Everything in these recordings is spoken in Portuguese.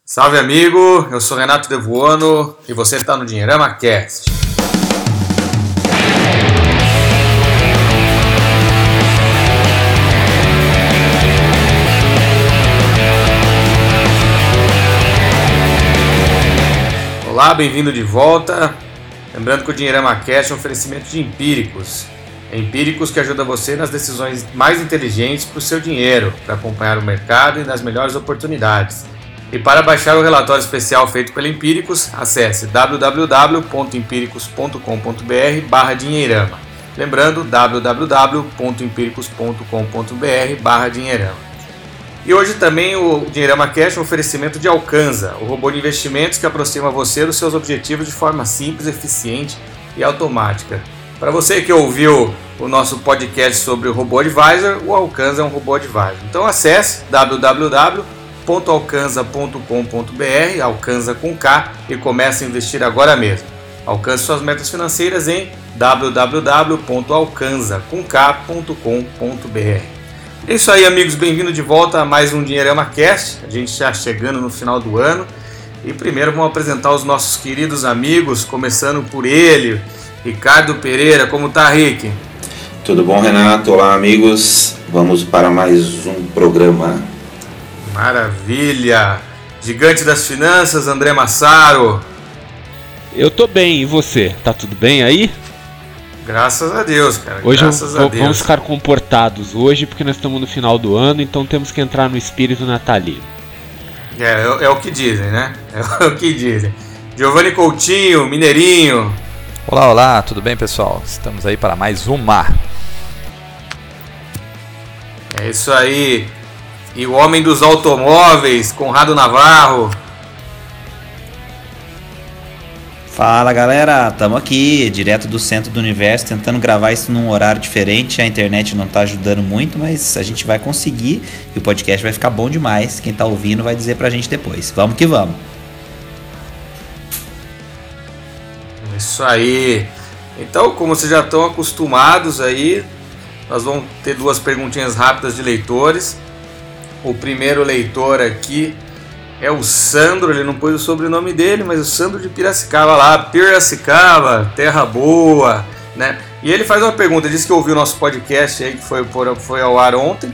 Salve amigo, eu sou Renato Devuono e você está no Dinheirama Cast. Olá, bem-vindo de volta. Lembrando que o Dinheirama Cast é um oferecimento de Empíricos. É Empíricos que ajuda você nas decisões mais inteligentes para o seu dinheiro, para acompanhar o mercado e nas melhores oportunidades. E para baixar o relatório especial feito pela Empíricos, acesse www.empiricos.com.br/dinheirama. Lembrando, www.empiricos.com.br/dinheirama. E hoje também o Dinheirama Cash é um oferecimento de Alcanza, o robô de investimentos que aproxima você dos seus objetivos de forma simples, eficiente e automática. Para você que ouviu o nosso podcast sobre o Robô Advisor, o Alcanza é um robô advisor. Então acesse www.alcanza.com.br, Alcanza com K, e comece a investir agora mesmo. Alcance suas metas financeiras em www.alcanzacomk.com.br. É isso aí, amigos, bem-vindo de volta a mais um Dinheirama Cast. A gente está chegando no final do ano e primeiro vamos apresentar os nossos queridos amigos, começando por ele, Ricardo Pereira. Como tá, Rick? Tudo bom, Renato? Olá, amigos. Vamos para mais um programa. Maravilha! Gigante das finanças, André Massaro. Eu tô bem, e você? Tá tudo bem aí? Graças a Deus, cara. Hoje Graças a Deus. Vamos ficar comportados hoje, porque nós estamos no final do ano, então temos que entrar no espírito natalino. É o que dizem, né? É o que dizem. Giovanni Coutinho, Mineirinho. Olá, tudo bem, pessoal? Estamos aí para mais uma. É isso aí. E o homem dos automóveis, Conrado Navarro. Fala galera, estamos aqui, direto do centro do universo, tentando gravar isso num horário diferente. A internet não está ajudando muito, mas a gente vai conseguir e o podcast vai ficar bom demais. Quem está ouvindo vai dizer pra gente depois. Vamos que vamos. Isso aí. Então, como vocês já estão acostumados aí, nós vamos ter duas perguntinhas rápidas de leitores. O primeiro leitor aqui é o Sandro, ele não pôs o sobrenome dele, mas o Sandro de Piracicaba lá, Piracicaba, terra boa, né? E ele faz uma pergunta, ele disse que ouviu o nosso podcast aí, que foi ao ar ontem,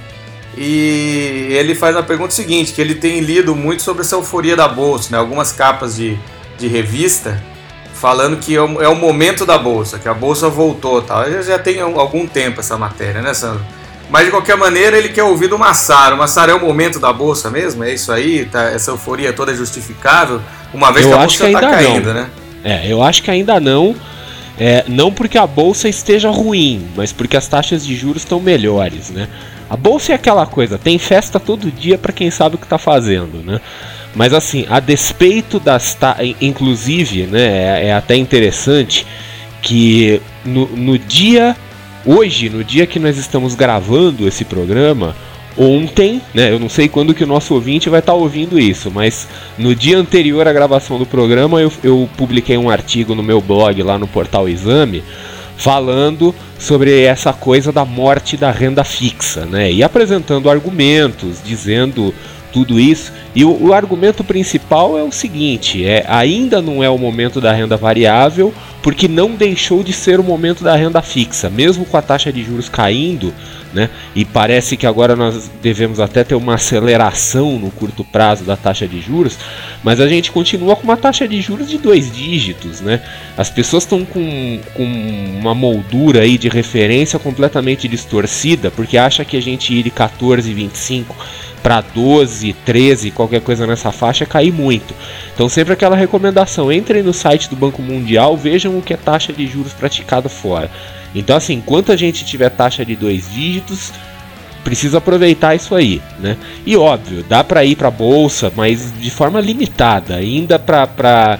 e ele faz uma pergunta seguinte, que ele tem lido muito sobre essa euforia da Bolsa, né? Algumas capas de revista, falando que é o momento da Bolsa, que a Bolsa voltou, tal. Já tem algum tempo essa matéria, né, Sandro? Mas de qualquer maneira ele quer ouvir do Massaro. O Massaro é o momento da Bolsa mesmo? É isso aí? Tá, essa euforia toda é justificável? Uma vez que a Bolsa está caindo, né? Eu acho que ainda não. Não porque a Bolsa esteja ruim, mas porque as taxas de juros estão melhores, né? A Bolsa é aquela coisa, tem festa todo dia para quem sabe o que está fazendo, né? Mas assim, a despeito das taxas, inclusive, né, é até interessante que no dia... Hoje, no dia que nós estamos gravando esse programa, ontem, né, eu não sei quando que o nosso ouvinte vai estar ouvindo isso, mas no dia anterior à gravação do programa eu publiquei um artigo no meu blog lá no Portal Exame falando sobre essa coisa da morte da renda fixa, né, e apresentando argumentos, dizendo tudo isso, e o argumento principal é o seguinte, ainda não é o momento da renda variável, porque não deixou de ser o momento da renda fixa, mesmo com a taxa de juros caindo, né, e parece que agora nós devemos até ter uma aceleração no curto prazo da taxa de juros, mas a gente continua com uma taxa de juros de 2 dígitos, né, as pessoas estão com uma moldura aí de referência completamente distorcida, porque acha que a gente ir de 14,25 para 12, 13, qualquer coisa nessa faixa, cair muito. Então sempre aquela recomendação, entrem no site do Banco Mundial, vejam o que é taxa de juros praticada fora. Então assim, enquanto a gente tiver taxa de 2 dígitos, precisa aproveitar isso aí, né? E óbvio, dá para ir para a bolsa, mas de forma limitada, ainda para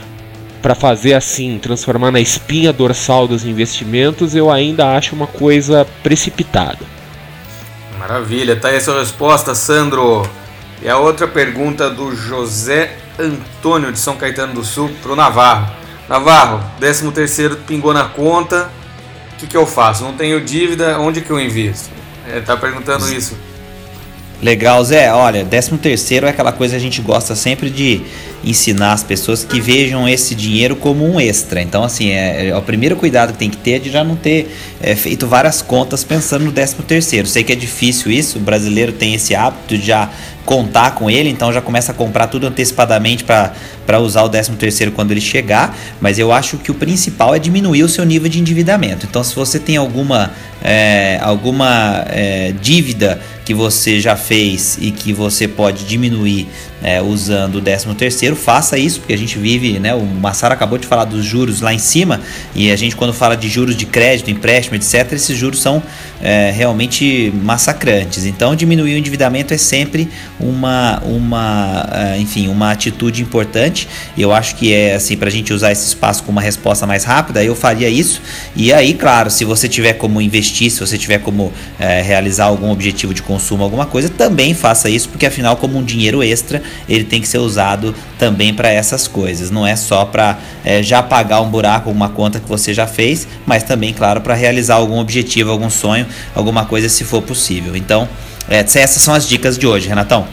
fazer assim, transformar na espinha dorsal dos investimentos, eu ainda acho uma coisa precipitada. Maravilha, tá aí a sua resposta, Sandro. E a outra pergunta do José Antônio de São Caetano do Sul pro Navarro. Navarro, 13º pingou na conta, o que eu faço? Não tenho dívida, onde que eu invisto? Ele tá perguntando isso. Legal, Zé. Olha, 13º é aquela coisa que a gente gosta sempre de ensinar as pessoas que vejam esse dinheiro como um extra. Então, assim, o primeiro cuidado que tem que ter é de já não ter feito várias contas pensando no 13º. Sei que é difícil isso, o brasileiro tem esse hábito de já contar com ele, então já começa a comprar tudo antecipadamente para usar o 13º quando ele chegar, mas eu acho que o principal é diminuir o seu nível de endividamento. Então, se você tem alguma dívida que você já fez e que você pode diminuir usando o 13º, faça isso, porque a gente vive, né, o Massaro acabou de falar dos juros lá em cima, e a gente, quando fala de juros de crédito, empréstimo, etc., esses juros são realmente massacrantes. Então, diminuir o endividamento é sempre uma atitude importante. Eu acho que assim, para a gente usar esse espaço com uma resposta mais rápida, eu faria isso. E aí, claro, se você tiver como investir, se você tiver como realizar algum objetivo de consumo, alguma coisa, também faça isso, porque afinal, como um dinheiro extra, ele tem que ser usado também para essas coisas. Não é só para já pagar um buraco, uma conta que você já fez, mas também, claro, para realizar algum objetivo, algum sonho, alguma coisa, se for possível. Então, essas são as dicas de hoje, Renatão.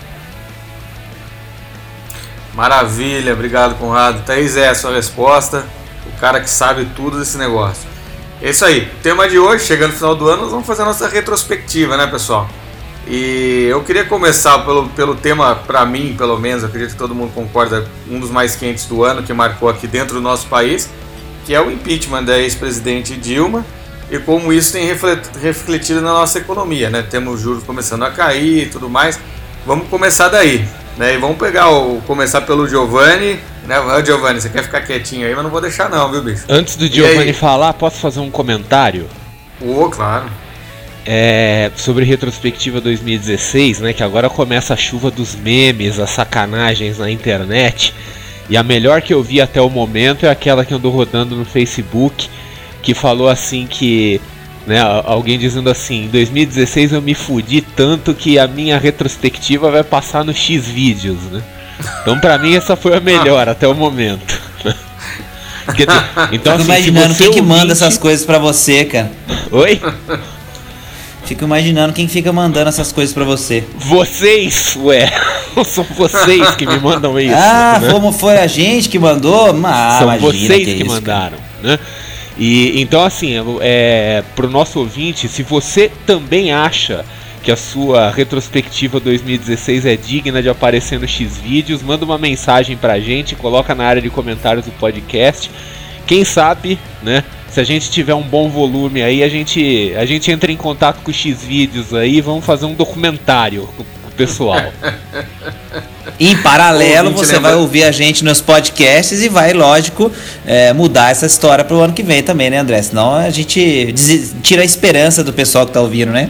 Maravilha, obrigado, Conrado. Thaís, é a sua resposta, o cara que sabe tudo desse negócio. É isso aí, tema de hoje, chegando no final do ano, nós vamos fazer a nossa retrospectiva, né, pessoal? E eu queria começar pelo tema, para mim, pelo menos, eu acredito que todo mundo concorda, um dos mais quentes do ano, que marcou aqui dentro do nosso país, que é o impeachment da ex-presidente Dilma, e como isso tem refletido na nossa economia, né? Temos juros começando a cair e tudo mais. Vamos começar daí, né? E vamos começar pelo Giovanni, né? Giovanni, você quer ficar quietinho aí, mas não vou deixar não, viu, bicho? Antes do Giovanni falar, posso fazer um comentário? Claro. Sobre retrospectiva 2016, né? Que agora começa a chuva dos memes, as sacanagens na internet. E a melhor que eu vi até o momento é aquela que andou rodando no Facebook, que falou assim que, né, alguém dizendo assim: em 2016 eu me fudi tanto que a minha retrospectiva vai passar no Xvideos, né? Então pra mim essa foi a melhor até o momento. Então, fico imaginando quem que manda essas coisas pra você, cara. Oi? Fico imaginando quem fica mandando essas coisas pra você. Vocês, são vocês que me mandam isso. Né? Foi a gente que mandou? São vocês que mandaram, né? E então, assim, pro nosso ouvinte, se você também acha que a sua retrospectiva 2016 é digna de aparecer no Xvideos, manda uma mensagem pra gente, coloca na área de comentários do podcast. Quem sabe, né? Se a gente tiver um bom volume aí, a gente entra em contato com o Xvideos aí e vamos fazer um documentário com o pessoal. Em paralelo, você vai ouvir a gente nos podcasts e vai, lógico, mudar essa história pro ano que vem também, né, André? Senão a gente tira a esperança do pessoal que tá ouvindo, né?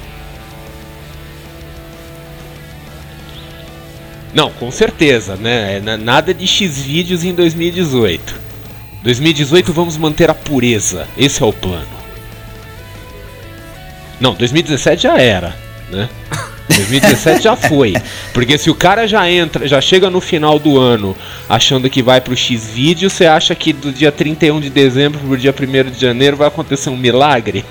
Não, com certeza, né? Nada de Xvideos em 2018. 2018 vamos manter a pureza, esse é o plano. Não, 2017 já era, né? 2017 já foi. Porque se o cara já chega no final do ano achando que vai pro Xvideos, você acha que do dia 31 de dezembro pro dia 1º de janeiro vai acontecer um milagre?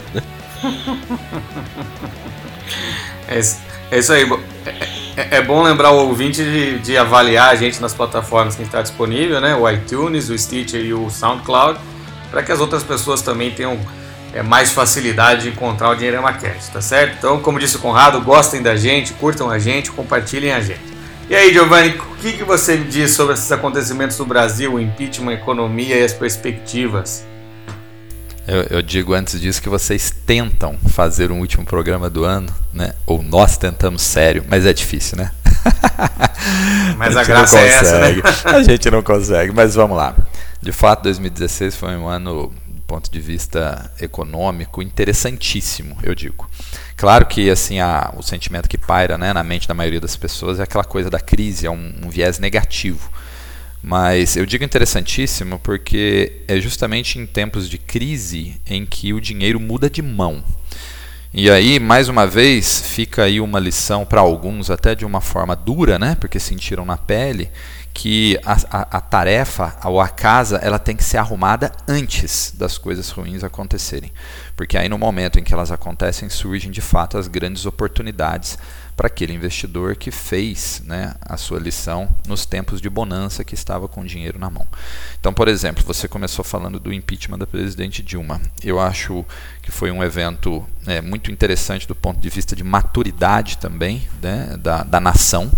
É isso aí. É bom lembrar o ouvinte de avaliar a gente nas plataformas que está disponível, né? O iTunes, o Stitcher e o SoundCloud, para que as outras pessoas também tenham mais facilidade de encontrar o Dinheirama Cast, tá certo? Então, como disse o Conrado, gostem da gente, curtam a gente, compartilhem a gente. E aí, Giovanni, o que você me diz sobre esses acontecimentos no Brasil, o impeachment, a economia e as perspectivas? Eu digo antes disso que vocês tentam fazer um último programa do ano, né? Ou nós tentamos sério, mas é difícil, né? Mas a graça é essa, né? A gente não consegue, mas vamos lá. De fato, 2016 foi um ano, do ponto de vista econômico, interessantíssimo, eu digo. Claro que assim, o sentimento que paira, né, na mente da maioria das pessoas é aquela coisa da crise, é um viés negativo. Mas eu digo interessantíssimo porque é justamente em tempos de crise em que o dinheiro muda de mão. E aí, mais uma vez, fica aí uma lição para alguns, até de uma forma dura, né? Porque sentiram na pele, que a tarefa, ou a casa, ela tem que ser arrumada antes das coisas ruins acontecerem. Porque aí no momento em que elas acontecem, surgem de fato as grandes oportunidades para aquele investidor que fez, né, a sua lição nos tempos de bonança, que estava com o dinheiro na mão. Então, por exemplo, você começou falando do impeachment da presidente Dilma. Eu acho que foi um evento muito interessante do ponto de vista de maturidade também, né, da nação.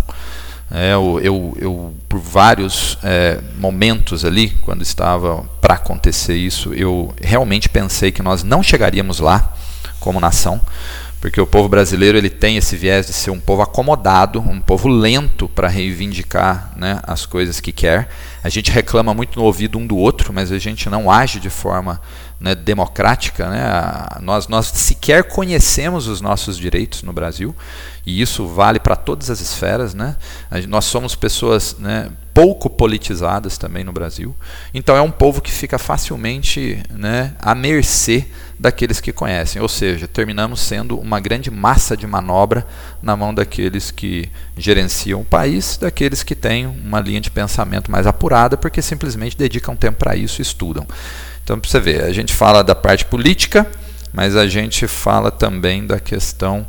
Eu por vários momentos ali, quando estava para acontecer isso, eu realmente pensei que nós não chegaríamos lá como nação, porque o povo brasileiro ele tem esse viés de ser um povo acomodado, um povo lento para reivindicar, né, as coisas que quer. A gente reclama muito no ouvido um do outro, mas a gente não age de forma, né, democrática, né? Nós sequer conhecemos os nossos direitos no Brasil, e isso vale para todas as esferas, né? Nós somos pessoas, né, pouco politizadas também no Brasil. Então é um povo que fica facilmente, né, à mercê daqueles que conhecem, ou seja, terminamos sendo uma grande massa de manobra na mão daqueles que gerenciam o país, daqueles que têm uma linha de pensamento mais apurada, porque simplesmente dedicam tempo para isso e estudam. Então, para você ver, a gente fala da parte política, mas a gente fala também da questão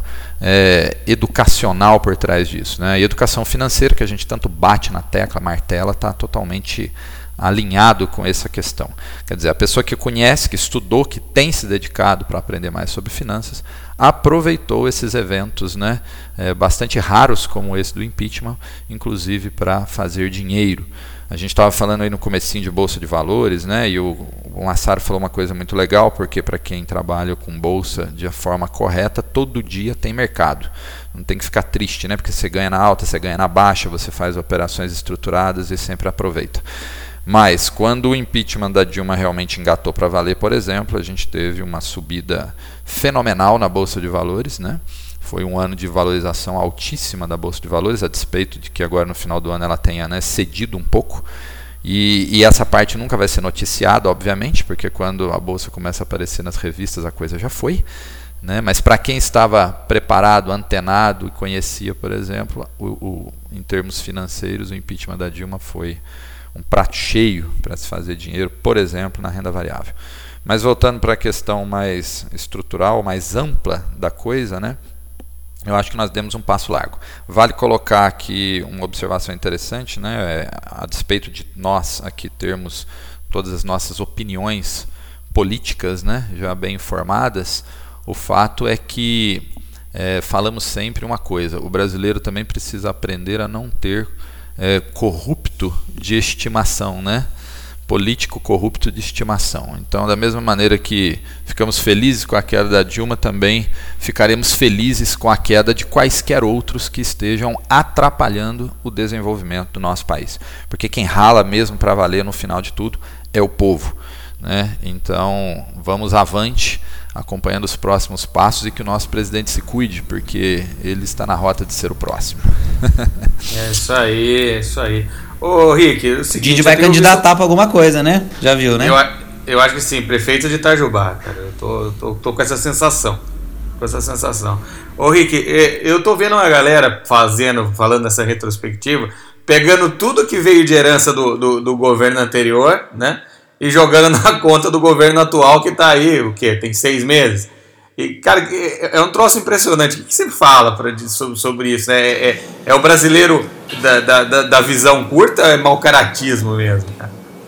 educacional por trás disso, né? E educação financeira, que a gente tanto bate na tecla, martela, está totalmente alinhado com essa questão. Quer dizer, a pessoa que conhece, que estudou, que tem se dedicado para aprender mais sobre finanças, aproveitou esses eventos, né, bastante raros como esse do impeachment, inclusive para fazer dinheiro. A gente estava falando aí no comecinho de Bolsa de Valores, né, e o Massaro falou uma coisa muito legal, porque para quem trabalha com Bolsa de forma correta, todo dia tem mercado. Não tem que ficar triste, né, porque você ganha na alta, você ganha na baixa, você faz operações estruturadas e sempre aproveita. Mas quando o impeachment da Dilma realmente engatou para valer, por exemplo, a gente teve uma subida fenomenal na Bolsa de Valores, né? Foi um ano de valorização altíssima da Bolsa de Valores, a despeito de que agora no final do ano ela tenha, né, cedido um pouco. E essa parte nunca vai ser noticiada, obviamente, porque quando a Bolsa começa a aparecer nas revistas a coisa já foi, né? Mas para quem estava preparado, antenado e conhecia, por exemplo, em termos financeiros, o impeachment da Dilma foi um prato cheio para se fazer dinheiro, por exemplo, na renda variável. Mas voltando para a questão mais estrutural, mais ampla da coisa, né? Eu acho que nós demos um passo largo. Vale colocar aqui uma observação interessante, né? A despeito de nós aqui termos todas as nossas opiniões políticas, né, já bem informadas, o fato é que falamos sempre uma coisa: o brasileiro também precisa aprender a não ter corrupto de estimação, né? Político corrupto de estimação. Então, da mesma maneira que ficamos felizes com a queda da Dilma, também ficaremos felizes com a queda de quaisquer outros que estejam atrapalhando o desenvolvimento do nosso país. Porque quem rala mesmo para valer no final de tudo é o povo, né? Então, vamos avante, acompanhando os próximos passos, e que o nosso presidente se cuide, porque ele está na rota de ser o próximo. É isso aí, é isso aí. Ô, Rick, o seguinte, Didi vai candidatar para alguma coisa, né? Já viu, né? Eu acho que sim, prefeito de Itajubá, cara. Eu tô com essa sensação. Ô, Rick, eu tô vendo uma galera falando nessa retrospectiva, pegando tudo que veio de herança do governo anterior, né? E jogando na conta do governo atual, que tá aí, o quê? Tem 6 meses. E, cara, é um troço impressionante. O que você fala sobre isso? É o brasileiro da visão curta ou é mau caratismo mesmo, cara?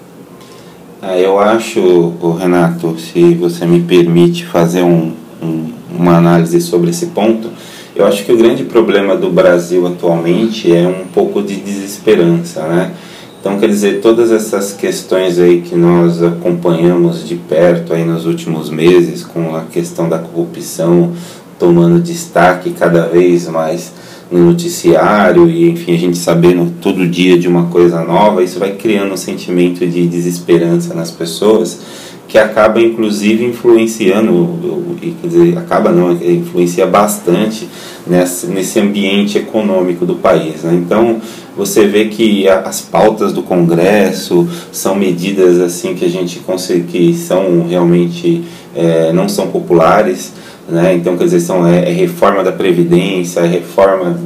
Eu acho, Renato, se você me permite fazer uma análise sobre esse ponto, eu acho que o grande problema do Brasil atualmente é um pouco de desesperança, né? Então, quer dizer, todas essas questões aí que nós acompanhamos de perto aí nos últimos meses, com a questão da corrupção tomando destaque cada vez mais no noticiário, e enfim, a gente sabendo todo dia de uma coisa nova, isso vai criando um sentimento de desesperança nas pessoas, que acaba inclusive influenciando, quer dizer, influencia bastante nesse ambiente econômico do país, né? Então, você vê que as pautas do Congresso são medidas assim que a gente consegue, que são realmente não são populares, né? Então, quer dizer, reforma da Previdência, reforma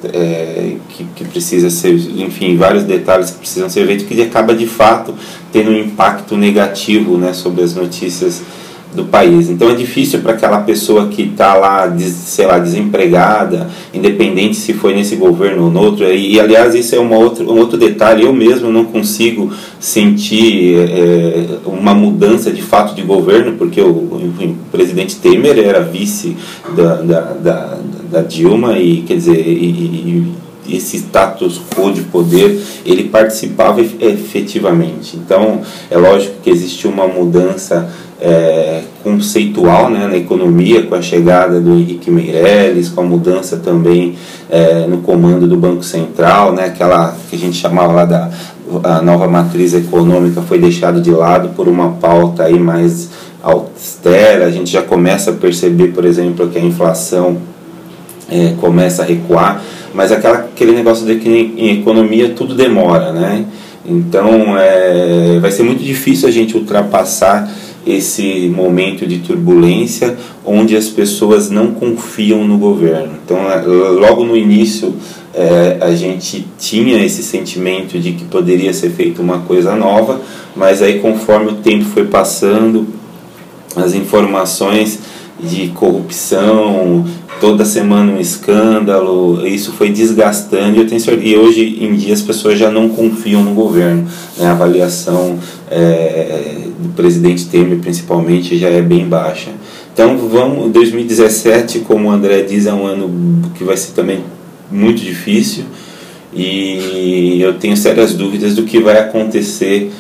que precisa ser, enfim, vários detalhes que precisam ser feitos, que acaba de fato tendo um impacto negativo, né, sobre as notícias do país. Então é difícil para aquela pessoa que está lá, sei lá, desempregada, independente se foi nesse governo ou no outro. E aliás, isso é um outro detalhe. Eu mesmo não consigo sentir uma mudança de fato de governo, porque o presidente Temer era vice da Dilma, e quer dizer, esse status quo de poder, ele participava efetivamente. Então é lógico que existiu uma mudança conceitual, né, na economia, com a chegada do Henrique Meirelles, com a mudança também no comando do Banco Central, né, aquela que a gente chamava lá a nova matriz econômica foi deixada de lado por uma pauta aí mais austera. A gente já começa a perceber, por exemplo, que a inflação começa a recuar, mas aquele negócio de que em economia tudo demora, né? Então vai ser muito difícil a gente ultrapassar esse momento de turbulência onde as pessoas não confiam no governo. Então logo no início a gente tinha esse sentimento de que poderia ser feita uma coisa nova, mas aí conforme o tempo foi passando, as informações de corrupção, toda semana um escândalo, isso foi desgastando, e eu tenho certeza, e hoje em dia as pessoas já não confiam no governo, né? A avaliação do presidente Temer principalmente já é bem baixa. Então 2017, como o André diz, é um ano que vai ser também muito difícil, e eu tenho sérias dúvidas do que vai acontecer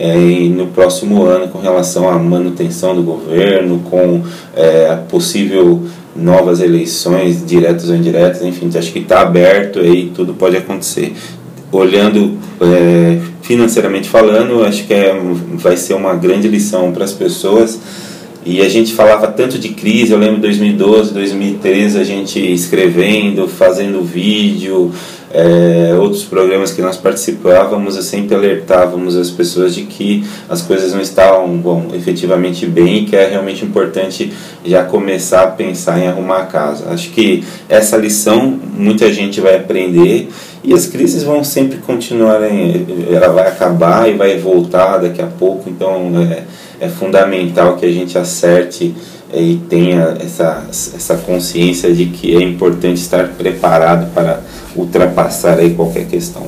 no próximo ano com relação à manutenção do governo, com a possível novas eleições, diretas ou indiretas, enfim, acho que está aberto aí, tudo pode acontecer. Olhando financeiramente falando, acho que vai ser uma grande lição para as pessoas. E a gente falava tanto de crise, eu lembro 2012, 2013, a gente escrevendo, fazendo vídeo, outros programas que nós participávamos, sempre alertávamos as pessoas de que as coisas não estavam efetivamente bem, e que é realmente importante já começar a pensar em arrumar a casa. Acho que essa lição muita gente vai aprender, e as crises vão sempre continuar, ela vai acabar e vai voltar daqui a pouco, então é fundamental que a gente acerte e tenha essa consciência de que é importante estar preparado para ultrapassar aí qualquer questão.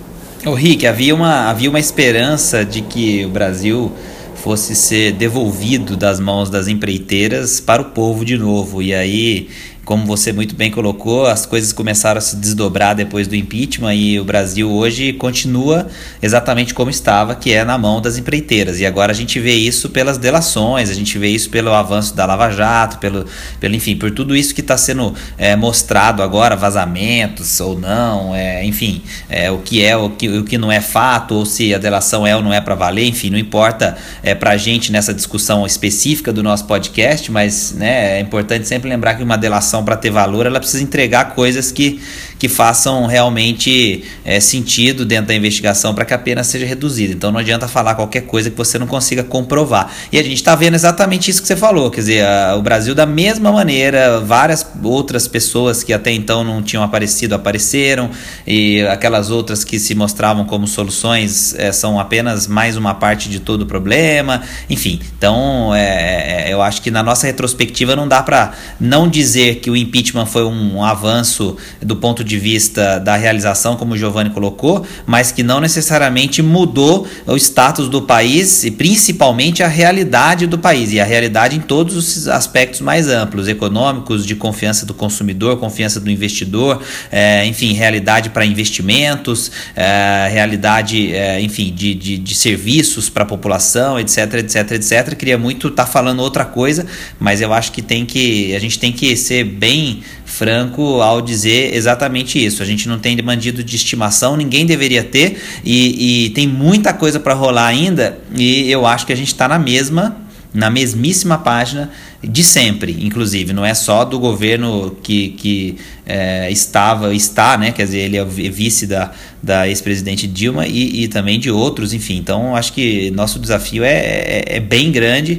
Ô Rick, havia uma esperança de que o Brasil fosse ser devolvido das mãos das empreiteiras para o povo de novo, e aí, como você muito bem colocou, as coisas começaram a se desdobrar depois do impeachment, e o Brasil hoje continua exatamente como estava, que é na mão das empreiteiras. E agora a gente vê isso pelas delações, a gente vê isso pelo avanço da Lava Jato, enfim, por tudo isso que está sendo mostrado agora, vazamentos ou não, enfim, o que é, o que não é fato, ou se a delação é ou não é para valer, enfim, não importa para a gente nessa discussão específica do nosso podcast, mas, né, é importante sempre lembrar que uma delação, para ter valor, ela precisa entregar coisas que façam realmente sentido dentro da investigação para que a pena seja reduzida. Então não adianta falar qualquer coisa que você não consiga comprovar. E a gente está vendo exatamente isso que você falou, quer dizer, o Brasil da mesma maneira, várias outras pessoas que até então não tinham apareceram, e aquelas outras que se mostravam como soluções são apenas mais uma parte de todo o problema, enfim. Então eu acho que na nossa retrospectiva não dá para não dizer que o impeachment foi um avanço do ponto de vista da realização, como o Giovanni colocou, mas que não necessariamente mudou o status do país e principalmente a realidade do país, e a realidade em todos os aspectos mais amplos, econômicos, de confiança do consumidor, confiança do investidor, enfim, realidade para investimentos, realidade, enfim, de serviços para a população, etc, etc, etc. Queria muito estar falando outra coisa, mas eu acho que a gente tem que ser bem franco ao dizer exatamente isso. A gente não tem bandido de estimação, ninguém deveria ter, e tem muita coisa para rolar ainda, e eu acho que a gente está na mesmíssima página de sempre, inclusive, não é só do governo que está, né, quer dizer, ele é vice da ex-presidente Dilma, e também de outros, enfim. Então acho que nosso desafio é bem grande,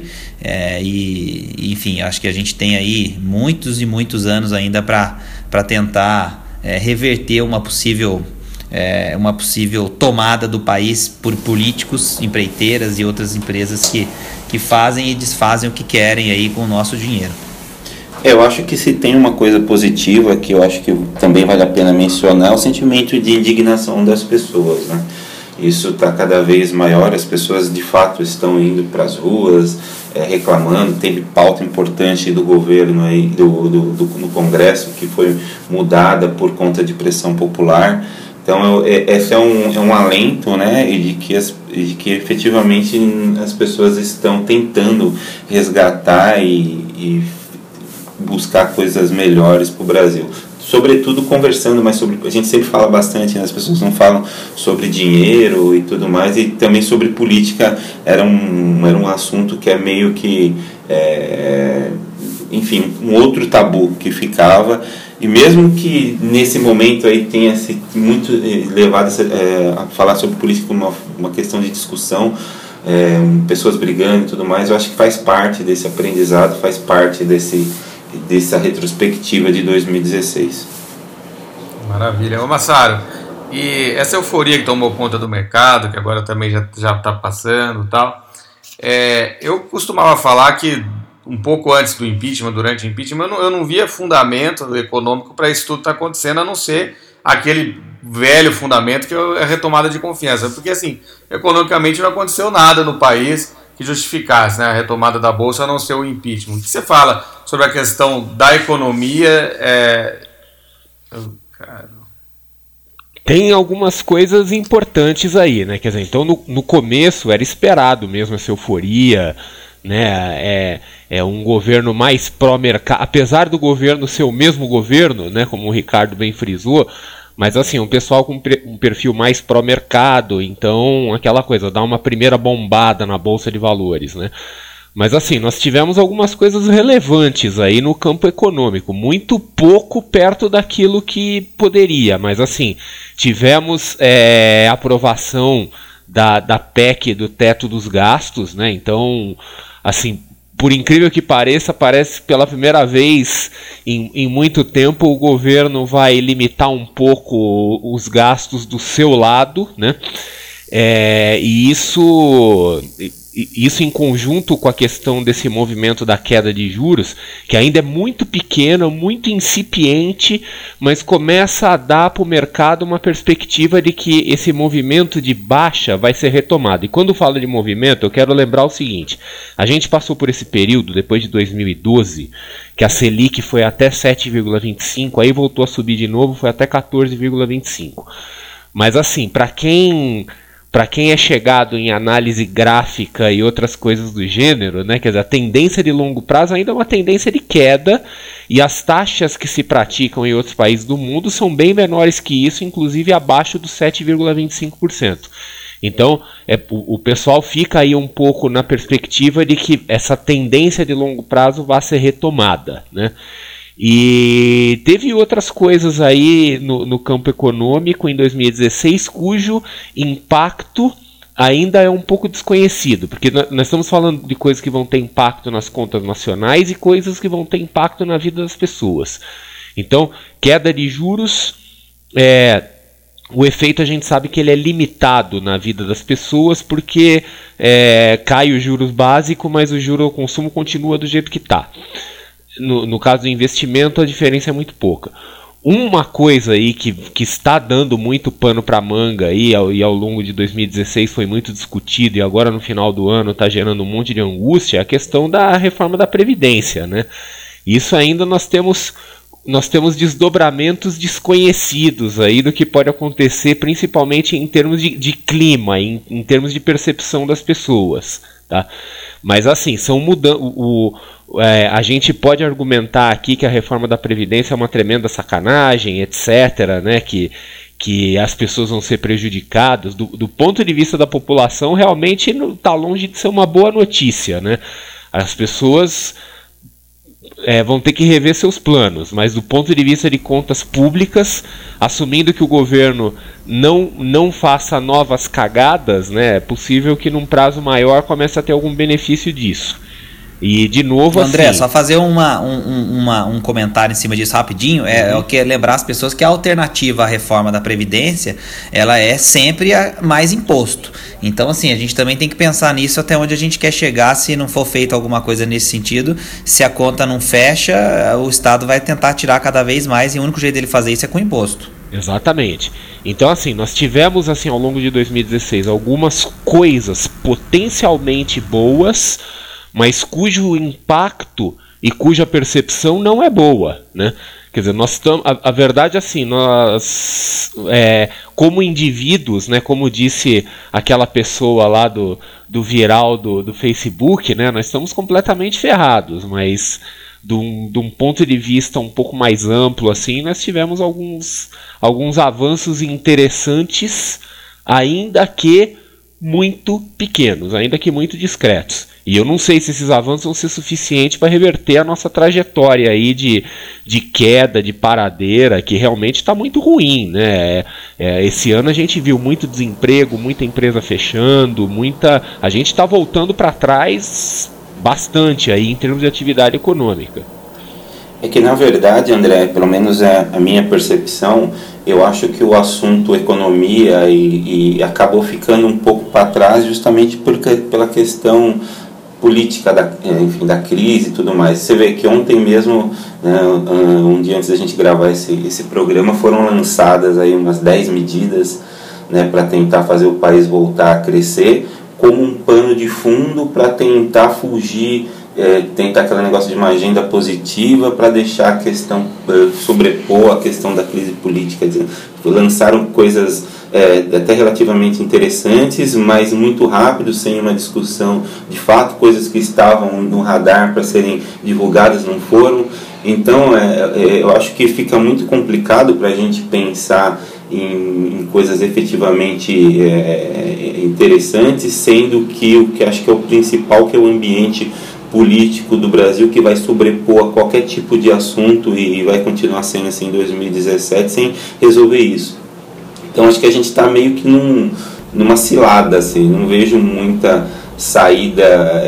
e enfim, acho que a gente tem aí muitos e muitos anos ainda para tentar reverter uma possível uma possível tomada do país por políticos, empreiteiras e outras empresas que fazem e desfazem o que querem aí com o nosso dinheiro. Eu acho que se tem uma coisa positiva que eu acho que também vale a pena mencionar, é o sentimento de indignação das pessoas, né? Isso está cada vez maior, as pessoas de fato estão indo para as ruas, reclamando. Teve pauta importante do governo aí, no Congresso, que foi mudada por conta de pressão popular. Então esse é um alento, né, de que efetivamente as pessoas estão tentando resgatar e buscar coisas melhores para o Brasil. Sobretudo conversando, mas a gente sempre fala bastante, né? As pessoas não falam sobre dinheiro e tudo mais, e também sobre política era um assunto que é meio que, enfim, um outro tabu que ficava, e mesmo que nesse momento aí tenha se muito levado a falar sobre política como uma questão de discussão, pessoas brigando e tudo mais, eu acho que faz parte desse aprendizado, faz parte dessa retrospectiva de 2016. Maravilha. Ô Massaro, e essa euforia que tomou conta do mercado, que agora também já está passando e tal, eu costumava falar que um pouco antes do impeachment, durante o impeachment, eu não via fundamento econômico para isso tudo estar acontecendo, a não ser aquele velho fundamento que é a retomada de confiança, porque assim, economicamente não aconteceu nada no país que justificasse, né, a retomada da Bolsa, a não ser o impeachment. O que você fala sobre a questão da economia? Tem algumas coisas importantes aí, né? Quer dizer, então no começo era esperado mesmo essa euforia, né? É um governo mais pró-mercado, apesar do governo ser o mesmo governo, né? Como o Ricardo bem frisou. Mas assim, um pessoal com um perfil mais pró-mercado, então aquela coisa, dá uma primeira bombada na Bolsa de Valores, né? Mas assim, nós tivemos algumas coisas relevantes aí no campo econômico, muito pouco perto daquilo que poderia, mas assim, tivemos aprovação da PEC do teto dos gastos, né? Então, assim, por incrível que pareça, parece pela primeira vez em muito tempo o governo vai limitar um pouco os gastos do seu lado, né? E isso em conjunto com a questão desse movimento da queda de juros, que ainda é muito pequeno, muito incipiente, mas começa a dar para o mercado uma perspectiva de que esse movimento de baixa vai ser retomado. E quando falo de movimento, eu quero lembrar o seguinte: a gente passou por esse período, depois de 2012, que a Selic foi até 7,25, aí voltou a subir de novo, foi até 14,25. Mas assim, para quem é chegado em análise gráfica e outras coisas do gênero, né, quer dizer, a tendência de longo prazo ainda é uma tendência de queda, e as taxas que se praticam em outros países do mundo são bem menores que isso, inclusive abaixo dos 7,25%. Então, o pessoal fica aí um pouco na perspectiva de que essa tendência de longo prazo vai ser retomada, né? E teve outras coisas aí no campo econômico em 2016 cujo impacto ainda é um pouco desconhecido, porque nós estamos falando de coisas que vão ter impacto nas contas nacionais e coisas que vão ter impacto na vida das pessoas. Então, queda de juros, o efeito a gente sabe que ele é limitado na vida das pessoas, porque cai o juros básico, mas o juro ao consumo continua do jeito que está. No caso do investimento, a diferença é muito pouca. Uma coisa aí que está dando muito pano para manga aí, e ao longo de 2016 foi muito discutido, e agora no final do ano está gerando um monte de angústia, é a questão da reforma da Previdência, né? Isso ainda nós temos desdobramentos desconhecidos aí do que pode acontecer, principalmente em termos de clima, em termos de percepção das pessoas, tá? Mas assim, são mudanças. A gente pode argumentar aqui que a reforma da Previdência é uma tremenda sacanagem, etc., né? Que as pessoas vão ser prejudicadas. Do ponto de vista da população, realmente está longe de ser uma boa notícia, né? As pessoas vão ter que rever seus planos, mas do ponto de vista de contas públicas, assumindo que o governo não faça novas cagadas, né, é possível que num prazo maior comece a ter algum benefício disso. E de novo, André, assim, só fazer um comentário em cima disso rapidinho, eu quero lembrar as pessoas que a alternativa à reforma da Previdência, ela é sempre mais imposto. Então, assim, a gente também tem que pensar nisso até onde a gente quer chegar, se não for feito alguma coisa nesse sentido. Se a conta não fecha, o Estado vai tentar tirar cada vez mais, e o único jeito dele fazer isso é com imposto. exatamente. Então, assim, nós tivemos, assim, ao longo de 2016, algumas coisas potencialmente boas, mas cujo impacto e cuja percepção não é boa, né? Quer dizer, nós estamos, a verdade é assim, nós, como indivíduos, né, como disse aquela pessoa lá do viral do Facebook, né, nós estamos completamente ferrados, mas de um ponto de vista um pouco mais amplo, assim, nós tivemos alguns avanços interessantes, ainda que muito pequenos, ainda que muito discretos. E eu não sei se esses avanços vão ser suficientes para reverter a nossa trajetória aí de queda, de paradeira, que realmente está muito ruim, né? Esse ano a gente viu muito desemprego, muita empresa fechando, a gente está voltando para trás bastante aí em termos de atividade econômica. É que, na verdade, André, pelo menos é a minha percepção, eu acho que o assunto economia e acabou ficando um pouco para trás justamente pela questão política da crise e tudo mais. Você vê que ontem mesmo, né, um dia antes da gente gravar esse programa, foram lançadas aí umas 10 medidas, né, para tentar fazer o país voltar a crescer, como um pano de fundo para tentar fugir, tentar aquele negócio de uma agenda positiva para deixar a questão, sobrepor a questão da crise política. Quer dizer, lançaram coisas até relativamente interessantes, mas muito rápido, sem uma discussão de fato, coisas que estavam no radar para serem divulgadas não foram. Então eu acho que fica muito complicado para a gente pensar em coisas efetivamente interessantes, sendo que o que acho que é o principal, que é o ambiente político do Brasil, que vai sobrepor a qualquer tipo de assunto e vai continuar sendo assim em 2017 sem resolver isso. Então acho que a gente está meio que numa cilada, assim, não vejo muita saída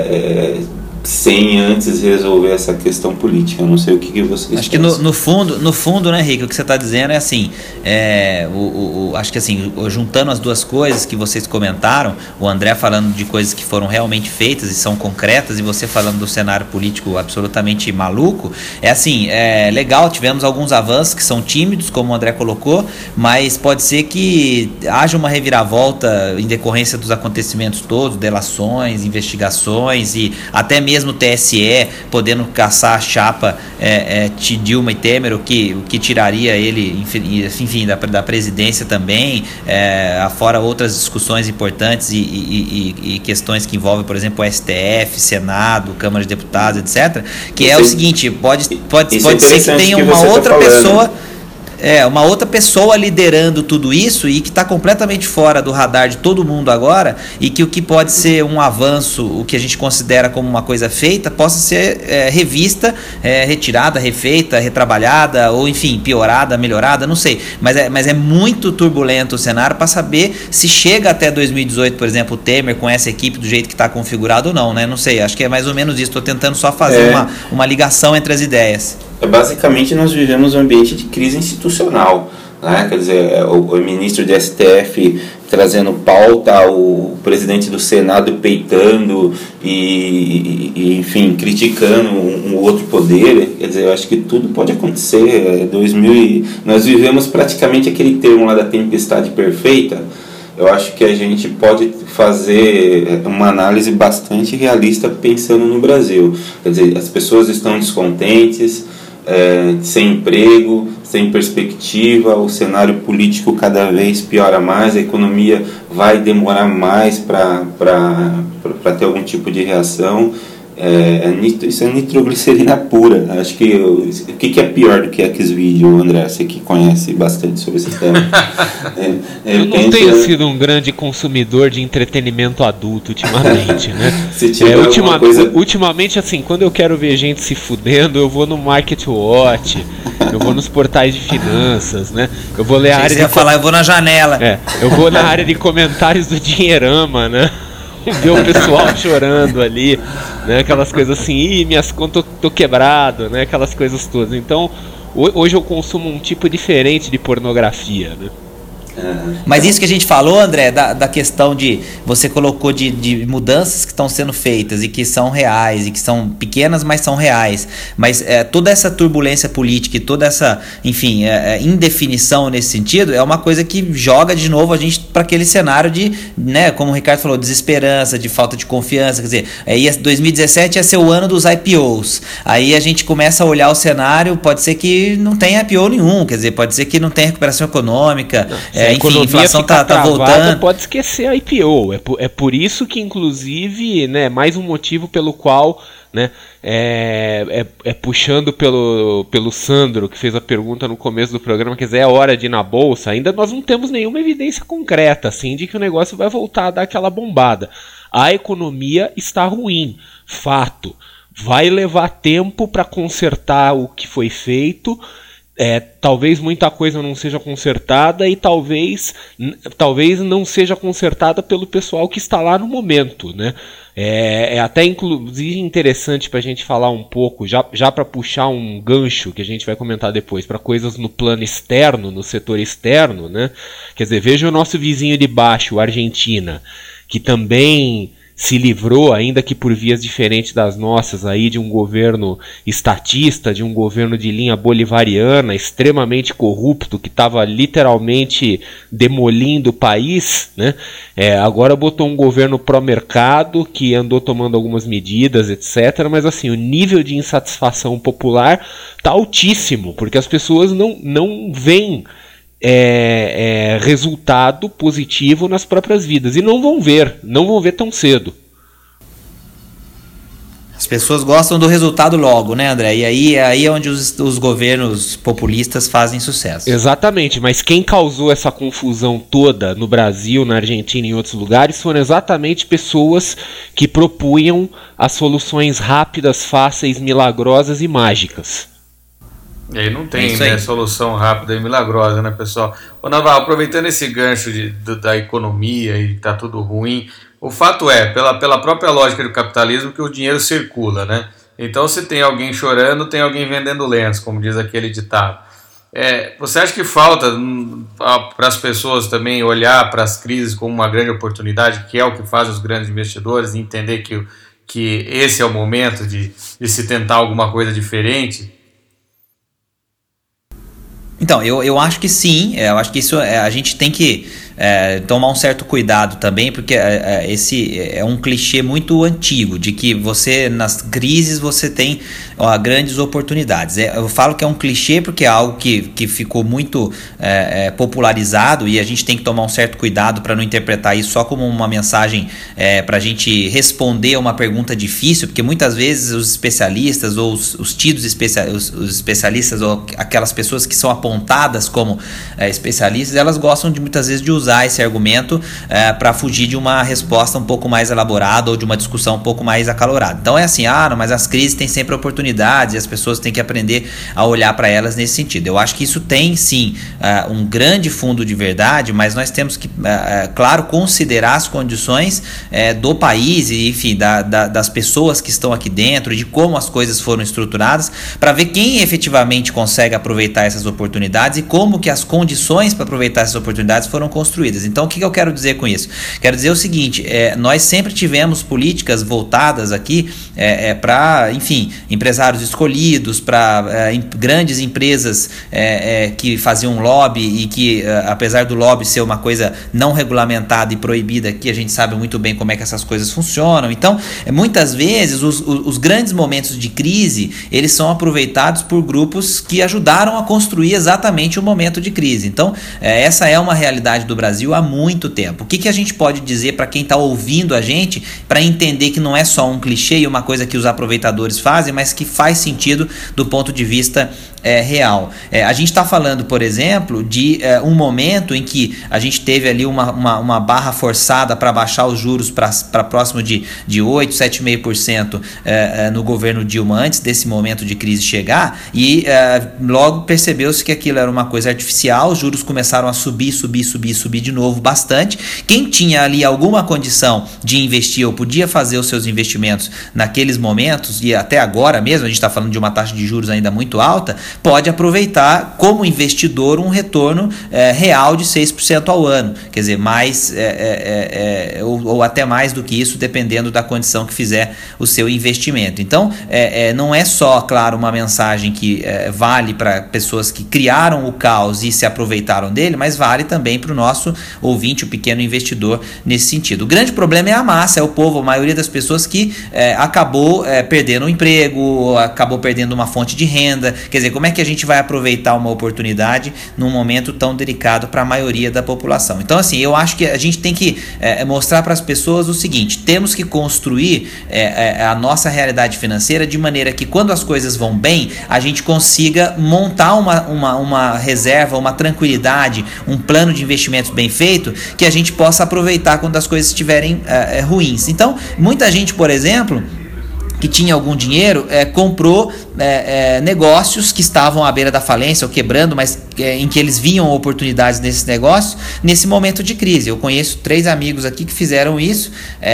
sem antes resolver essa questão política. Eu não sei o que vocês acho pensam. Que no fundo, né, Rick, o que você está dizendo é assim, acho que assim, juntando as duas coisas que vocês comentaram, o André falando de coisas que foram realmente feitas e são concretas, e você falando do cenário político absolutamente maluco, legal, tivemos alguns avanços que são tímidos, como o André colocou, mas pode ser que haja uma reviravolta em decorrência dos acontecimentos todos, delações, investigações e até mesmo o TSE podendo caçar a chapa de Dilma e Temer, o que tiraria ele, enfim, da presidência também, afora outras discussões importantes e questões que envolvem, por exemplo, o STF, Senado, Câmara de Deputados, etc. Que é o seguinte, pode ser que tenha uma outra pessoa... uma outra pessoa liderando tudo isso e que está completamente fora do radar de todo mundo agora, e que o que pode ser um avanço, o que a gente considera como uma coisa feita, possa ser revista, retirada, refeita, retrabalhada, ou enfim, piorada, melhorada, não sei. Mas é muito turbulento o cenário para saber se chega até 2018, por exemplo, o Temer com essa equipe do jeito que está configurado ou não, né? Não sei, acho que é mais ou menos isso. Estou tentando só fazer uma ligação entre as ideias. Basicamente, nós vivemos um ambiente de crise institucional, né? Quer dizer, o ministro do STF trazendo pauta, o presidente do Senado peitando e enfim, criticando um outro poder. Quer dizer, eu acho que tudo pode acontecer. Nós vivemos praticamente aquele termo lá da tempestade perfeita. Eu acho que a gente pode fazer uma análise bastante realista pensando no Brasil. Quer dizer, as pessoas estão descontentes, sem emprego, sem perspectiva, o cenário político cada vez piora mais, a economia vai demorar mais para ter algum tipo de reação. Isso é nitroglicerina pura. Acho que o que é pior do que Xvideo, André? Você que conhece bastante sobre esse tema. Eu não tenho sido um grande consumidor de entretenimento adulto ultimamente, né? Ultimamente, assim, quando eu quero ver gente se fudendo, eu vou no Market Watch, eu vou nos portais de finanças, né? Eu vou ler a área eu vou na janela. Eu vou na área de comentários do Dinheirama, né? ver o pessoal chorando ali, né? Aquelas coisas assim, ih, minhas contas tô quebrado, né? Aquelas coisas todas. Então, hoje eu consumo um tipo diferente de pornografia, né? Mas isso que a gente falou, André, da questão de você colocou de mudanças que estão sendo feitas e que são reais e que são pequenas, mas são reais. Mas toda essa turbulência política e toda essa, enfim, indefinição nesse sentido é uma coisa que joga de novo a gente para aquele cenário de, né, como o Ricardo falou, desesperança, de falta de confiança. Quer dizer, 2017 ia ser o ano dos IPOs. Aí a gente começa a olhar o cenário, pode ser que não tenha IPO nenhum, quer dizer, pode ser que não tenha recuperação econômica. Enfim, a inflação tá voltando. Pode esquecer a IPO. É por isso que, inclusive, né, mais um motivo pelo qual, né, puxando pelo Sandro, que fez a pergunta no começo do programa, quer dizer, é hora de ir na bolsa. Ainda nós não temos nenhuma evidência concreta, assim, de que o negócio vai voltar a dar aquela bombada. A economia está ruim, fato. Vai levar tempo para consertar o que foi feito. Talvez muita coisa não seja consertada e talvez não seja consertada pelo pessoal que está lá no momento, né? É até inclusive interessante para a gente falar um pouco, já para puxar um gancho que a gente vai comentar depois, para coisas no plano externo, no setor externo, né? Quer dizer, veja o nosso vizinho de baixo, a Argentina, que também se livrou, ainda que por vias diferentes das nossas, aí de um governo estatista, de um governo de linha bolivariana, extremamente corrupto, que estava literalmente demolindo o país, né? Agora botou um governo pró-mercado, que andou tomando algumas medidas, etc. Mas assim, o nível de insatisfação popular está altíssimo, porque as pessoas não veem resultado positivo nas próprias vidas e não vão ver tão cedo. As pessoas gostam do resultado logo, né, André? E aí é onde os governos populistas fazem sucesso. Exatamente, mas quem causou essa confusão toda no Brasil, na Argentina e em outros lugares foram exatamente pessoas que propunham as soluções rápidas, fáceis, milagrosas e mágicas. E aí não tem, né, solução rápida e milagrosa, né, pessoal? Ô, Navarro, aproveitando esse gancho da economia e tá tudo ruim, o fato é, pela própria lógica do capitalismo, que o dinheiro circula, né? Então, se tem alguém chorando, tem alguém vendendo lenços, como diz aquele ditado. Você acha que falta para as pessoas também olhar para as crises como uma grande oportunidade, que é o que faz os grandes investidores, e entender que esse é o momento de se tentar alguma coisa diferente? Então, eu acho que sim, eu acho que isso a gente tem que tomar um certo cuidado também, porque esse é um clichê muito antigo, de que nas crises você tem grandes oportunidades. Eu falo que é um clichê porque é algo que ficou muito popularizado e a gente tem que tomar um certo cuidado para não interpretar isso só como uma mensagem para a gente responder a uma pergunta difícil, porque muitas vezes os especialistas ou os tidos os especialistas ou aquelas pessoas que são apontadas como especialistas, elas gostam muitas vezes de usar esse argumento para fugir de uma resposta um pouco mais elaborada ou de uma discussão um pouco mais acalorada. Então é assim, não, mas as crises têm sempre oportunidades e as pessoas têm que aprender a olhar para elas nesse sentido. Eu acho que isso tem sim um grande fundo de verdade, mas nós temos que, claro, considerar as condições do país e, enfim, das pessoas que estão aqui dentro, de como as coisas foram estruturadas, para ver quem efetivamente consegue aproveitar essas oportunidades e como que as condições para aproveitar essas oportunidades foram construídas. Então, o que eu quero dizer com isso? Quero dizer o seguinte, nós sempre tivemos políticas voltadas aqui para, enfim, empresários escolhidos, para grandes empresas que faziam lobby e que, apesar do lobby ser uma coisa não regulamentada e proibida aqui, a gente sabe muito bem como é que essas coisas funcionam. Então, muitas vezes, os grandes momentos de crise, eles são aproveitados por grupos que ajudaram a construir exatamente o momento de crise. Então, essa é uma realidade do Brasil há muito tempo. O que a gente pode dizer para quem está ouvindo a gente para entender que não é só um clichê e uma coisa que os aproveitadores fazem, mas que faz sentido do ponto de vista real. A gente está falando, por exemplo, de um momento em que a gente teve ali uma barra forçada para baixar os juros para próximo de 8, 7,5% no governo Dilma, antes desse momento de crise chegar, e logo percebeu-se que aquilo era uma coisa artificial, os juros começaram a subir de novo bastante. Quem tinha ali alguma condição de investir ou podia fazer os seus investimentos naqueles momentos, e até agora mesmo, a gente está falando de uma taxa de juros ainda muito alta, pode aproveitar como investidor um retorno real de 6% ao ano, quer dizer, mais ou até mais do que isso, dependendo da condição que fizer o seu investimento. Então, não é só, claro, uma mensagem que vale para pessoas que criaram o caos e se aproveitaram dele, mas vale também para o nosso ouvinte, o pequeno investidor, nesse sentido. O grande problema é a massa, é o povo, a maioria das pessoas que acabou perdendo o emprego, acabou perdendo uma fonte de renda. Quer dizer, como é que a gente vai aproveitar uma oportunidade num momento tão delicado para a maioria da população? Então, assim, eu acho que a gente tem que mostrar para as pessoas o seguinte: temos que construir a nossa realidade financeira de maneira que, quando as coisas vão bem, a gente consiga montar uma reserva, uma tranquilidade, um plano de investimentos bem feito, que a gente possa aproveitar quando as coisas estiverem ruins. Então, muita gente, por exemplo, que tinha algum dinheiro, comprou negócios que estavam à beira da falência ou quebrando, mas em que eles viam oportunidades nesses negócios nesse momento de crise. Eu conheço 3 amigos aqui que fizeram isso.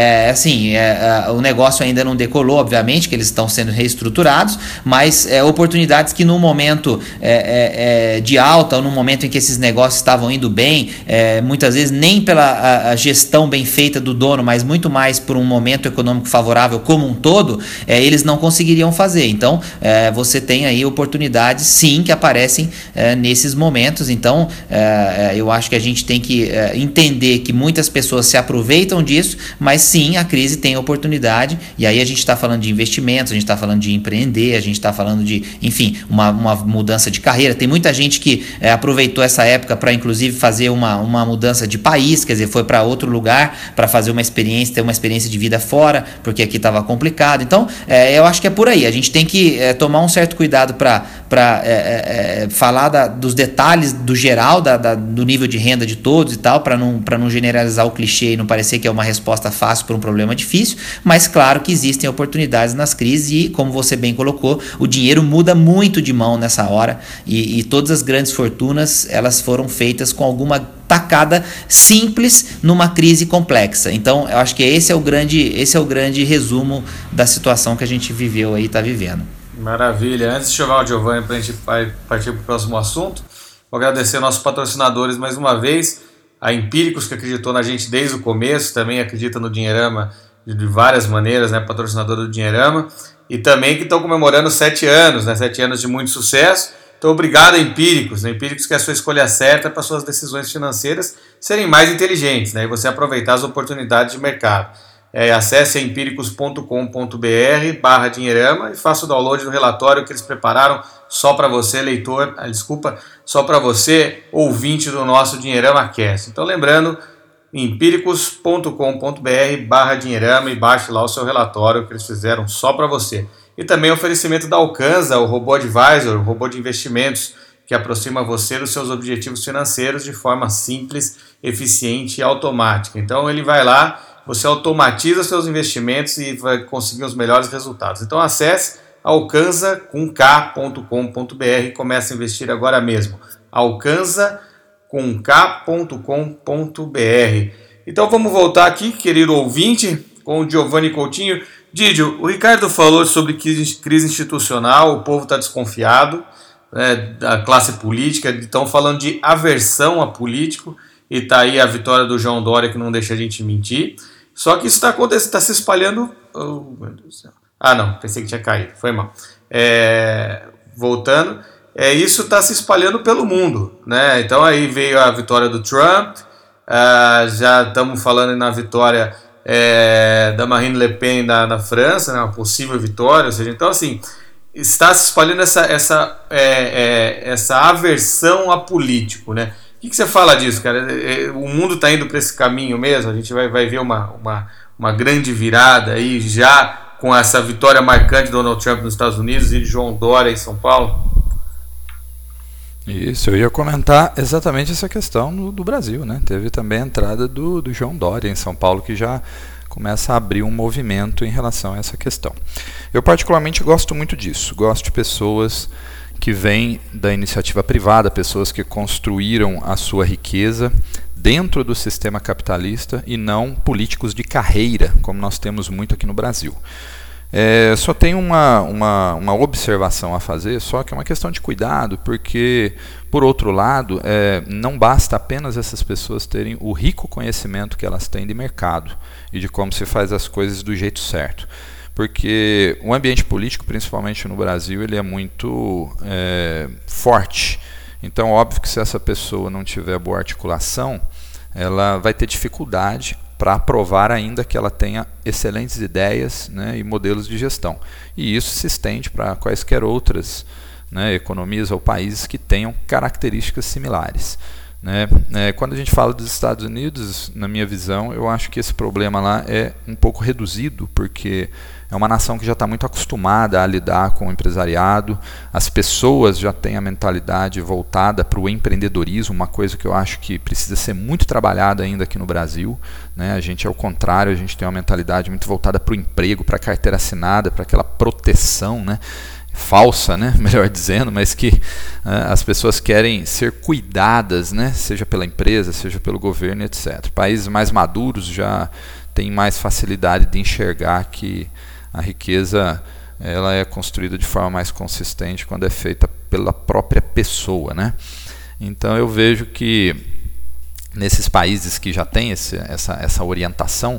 O negócio ainda não decolou, obviamente, que eles estão sendo reestruturados, mas oportunidades que no momento de alta, ou no momento em que esses negócios estavam indo bem, muitas vezes nem pela a gestão bem feita do dono, mas muito mais por um momento econômico favorável como um todo, eles não conseguiriam fazer. Então, você tem aí oportunidades, sim, que aparecem nesses momentos. Então, eu acho que a gente tem que entender que muitas pessoas se aproveitam disso, mas sim, a crise tem oportunidade, e aí a gente está falando de investimentos, a gente está falando de empreender, a gente está falando de, enfim, uma mudança de carreira. Tem muita gente que aproveitou essa época para, inclusive, fazer uma mudança de país, quer dizer, foi para outro lugar para fazer uma experiência, ter uma experiência de vida fora, porque aqui estava complicado. Então, eu acho que é por aí. A gente tem que tomar um certo cuidado para falar dos detalhes do geral, do nível de renda de todos e tal, para não generalizar o clichê e não parecer que é uma resposta fácil para um problema difícil, mas claro que existem oportunidades nas crises e, como você bem colocou, o dinheiro muda muito de mão nessa hora, e todas as grandes fortunas, elas foram feitas com alguma tacada simples numa crise complexa. Então, eu acho que esse é o grande resumo da situação que a gente viveu aí, está vivendo. Maravilha. Antes de chamar o Giovanni para a gente partir para o próximo assunto, vou agradecer nossos patrocinadores mais uma vez, a Empíricos, que acreditou na gente desde o começo, também acredita no Dinheirama de várias maneiras, né, patrocinador do Dinheirama, e também que estão comemorando 7 anos, né, 7 anos de muito sucesso. Então, obrigado a Empíricos, né? Empíricos, que é a sua escolha certa para suas decisões financeiras serem mais inteligentes, né, e você aproveitar as oportunidades de mercado. Acesse empiricus.com.br/dinheirama e faça o download do relatório que eles prepararam só para você, só para você, ouvinte do nosso Dinheirama Cast. Então, lembrando, empiricus.com.br/dinheirama, e baixe lá o seu relatório que eles fizeram só para você. E também oferecimento da Alcanza, o robô advisor, o robô de investimentos, que aproxima você dos seus objetivos financeiros de forma simples, eficiente e automática. Então ele vai lá, você automatiza seus investimentos e vai conseguir os melhores resultados. Então acesse alcanza.com.br e comece a investir agora mesmo. alcanza.com.br. Então vamos voltar aqui, querido ouvinte, com o Giovanni Coutinho. Didio, o Ricardo falou sobre crise institucional, o povo está desconfiado, né, da classe política, estão falando de aversão a político, e está aí a vitória do João Dória, que não deixa a gente mentir. Só que isso está acontecendo, está se espalhando... Oh, meu Deus do céu. Ah, não, pensei que tinha caído, foi mal. Voltando, isso está se espalhando pelo mundo, né? Então aí veio a vitória do Trump, já estamos falando na vitória... da Marine Le Pen na França, né, uma possível vitória, ou seja, então assim, está se espalhando essa aversão a político, né? O que você fala disso, cara? O mundo está indo para esse caminho mesmo? A gente vai ver uma grande virada aí, já com essa vitória marcante de Donald Trump nos Estados Unidos e de João Dória em São Paulo? Isso, eu ia comentar exatamente essa questão do Brasil, né? Teve também a entrada do João Dória em São Paulo, que já começa a abrir um movimento em relação a essa questão. Eu particularmente gosto muito disso, gosto de pessoas que vêm da iniciativa privada, pessoas que construíram a sua riqueza dentro do sistema capitalista e não políticos de carreira, como nós temos muito aqui no Brasil. Só tem uma observação a fazer, só que é uma questão de cuidado, porque, por outro lado, não basta apenas essas pessoas terem o rico conhecimento que elas têm de mercado e de como se faz as coisas do jeito certo. Porque o ambiente político, principalmente no Brasil, ele é muito forte. Então, óbvio que se essa pessoa não tiver boa articulação, ela vai ter dificuldade para provar ainda que ela tenha excelentes ideias, né, e modelos de gestão. E isso se estende para quaisquer outras, né, economias ou países que tenham características similares. Né? Quando a gente fala dos Estados Unidos, na minha visão, eu acho que esse problema lá é um pouco reduzido, porque é uma nação que já está muito acostumada a lidar com o empresariado, as pessoas já têm a mentalidade voltada para o empreendedorismo, uma coisa que eu acho que precisa ser muito trabalhada ainda aqui no Brasil. Né? A gente é o contrário, a gente tem uma mentalidade muito voltada para o emprego, para a carteira assinada, para aquela proteção, né? Falsa, né? Melhor dizendo, mas que as pessoas querem ser cuidadas, né? Seja pela empresa, seja pelo governo, etc. Países mais maduros já têm mais facilidade de enxergar que a riqueza ela é construída de forma mais consistente quando é feita pela própria pessoa, né? Então eu vejo que nesses países que já têm essa orientação,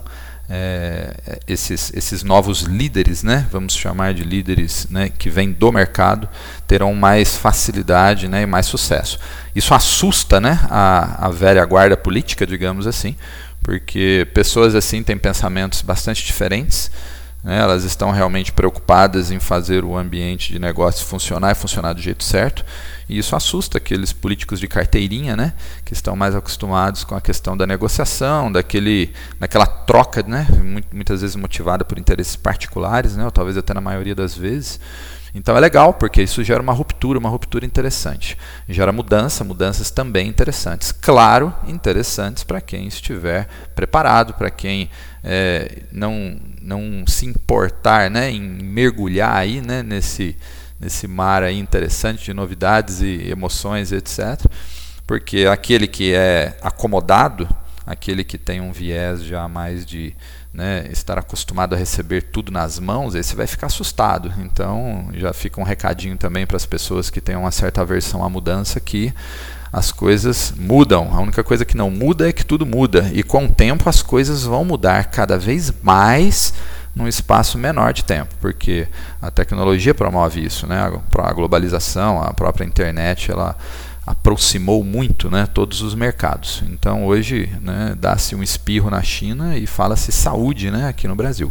esses novos líderes, né, vamos chamar de líderes, né, que vêm do mercado, terão mais facilidade, né, e mais sucesso. Isso assusta, né, a velha guarda política, digamos assim, porque pessoas assim têm pensamentos bastante diferentes, né, elas estão realmente preocupadas em fazer o ambiente de negócio funcionar e funcionar do jeito certo, e isso assusta aqueles políticos de carteirinha, né, que estão mais acostumados com a questão da negociação, daquela troca, né, muitas vezes motivada por interesses particulares, né, ou talvez até na maioria das vezes. Então é legal, porque isso gera uma ruptura interessante. Gera mudanças também interessantes. Claro, interessantes para quem estiver preparado, para quem não se importar, né, em mergulhar aí, né, nesse mar aí interessante de novidades e emoções, etc. Porque aquele que é acomodado, aquele que tem um viés já mais de, né, estar acostumado a receber tudo nas mãos, esse vai ficar assustado. Então já fica um recadinho também para as pessoas que têm uma certa aversão à mudança, que as coisas mudam. A única coisa que não muda é que tudo muda, e com o tempo as coisas vão mudar cada vez mais num espaço menor de tempo, porque a tecnologia promove isso, né? A globalização, a própria internet, ela aproximou muito, né, todos os mercados. Então hoje, né, dá-se um espirro na China e fala-se saúde, né, aqui no Brasil.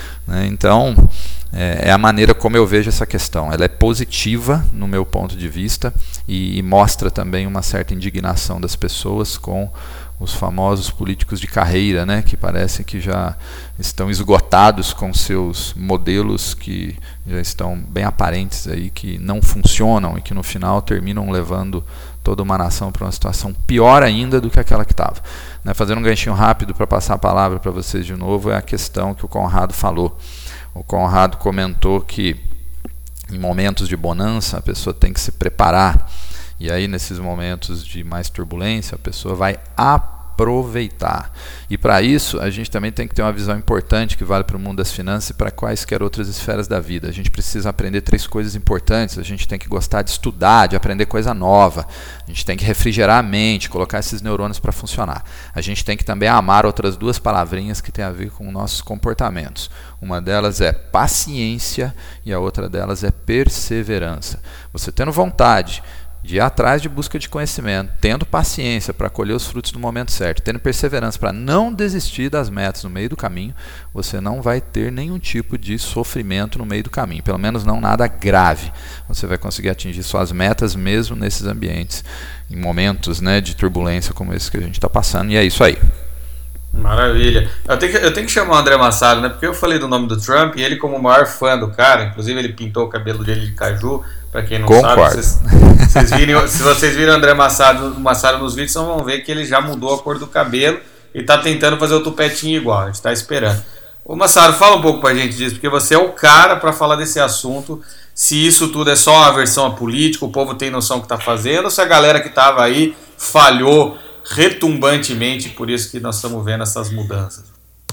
Então é a maneira como eu vejo essa questão. Ela é positiva no meu ponto de vista e mostra também uma certa indignação das pessoas com os famosos políticos de carreira, né, que parecem que já estão esgotados com seus modelos, que já estão bem aparentes aí, que não funcionam e que no final terminam levando toda uma nação para uma situação pior ainda do que aquela que estava. Né, fazendo um ganchinho rápido para passar a palavra para vocês de novo, é a questão que o Conrado falou. O Conrado comentou que em momentos de bonança a pessoa tem que se preparar. E aí, nesses momentos de mais turbulência, a pessoa vai aproveitar. E para isso, a gente também tem que ter uma visão importante que vale para o mundo das finanças e para quaisquer outras esferas da vida. A gente precisa aprender 3 coisas importantes. A gente tem que gostar de estudar, de aprender coisa nova. A gente tem que refrigerar a mente, colocar esses neurônios para funcionar. A gente tem que também amar outras 2 palavrinhas que têm a ver com nossos comportamentos. Uma delas é paciência e a outra delas é perseverança. Você tendo vontade de ir atrás de busca de conhecimento, tendo paciência para colher os frutos no momento certo, tendo perseverança para não desistir das metas no meio do caminho, você não vai ter nenhum tipo de sofrimento no meio do caminho, pelo menos não nada grave. Você vai conseguir atingir suas metas mesmo nesses ambientes, em momentos, né, de turbulência como esse que a gente está passando, e é isso aí. Maravilha. Eu tenho que chamar o André Massaro, né? Porque eu falei do nome do Trump e ele, como o maior fã do cara, inclusive ele pintou o cabelo dele de caju, pra quem não Concordo. sabe. Se vocês viram o André Massaro nos vídeos, vocês vão ver que ele já mudou a cor do cabelo e tá tentando fazer o tupetinho igual. A gente tá esperando. Ô Massaro, fala um pouco pra gente disso, porque você é o cara pra falar desse assunto. Se isso tudo é só uma versão a política, o povo tem noção que tá fazendo, ou se a galera que tava aí falhou retumbantemente, por isso que nós estamos vendo essas mudanças.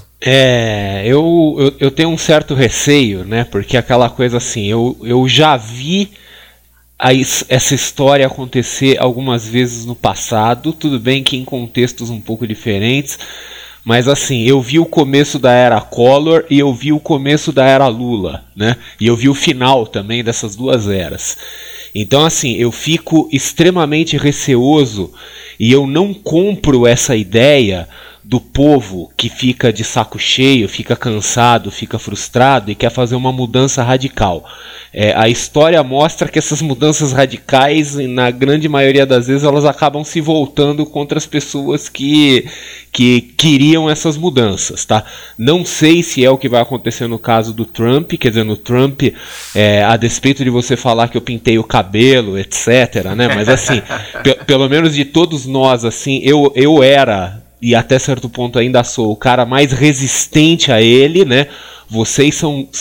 Eu tenho um certo receio, né? Porque aquela coisa assim, eu já vi essa história acontecer algumas vezes no passado, tudo bem que em contextos um pouco diferentes, mas assim, eu vi o começo da era Collor e eu vi o começo da era Lula, né? E eu vi o final também dessas duas eras. Então assim, eu fico extremamente receoso e eu não compro essa ideia do povo que fica de saco cheio, fica cansado, fica frustrado e quer fazer uma mudança radical. A história mostra que essas mudanças radicais, na grande maioria das vezes, elas acabam se voltando contra as pessoas que queriam essas mudanças, tá? Não sei se é o que vai acontecer no caso do Trump, quer dizer, no Trump, a despeito de você falar que eu pintei o cabelo, etc, né? Mas assim, pelo menos de todos nós, assim, eu era, e até certo ponto ainda sou, o cara mais resistente a ele, né? Vocês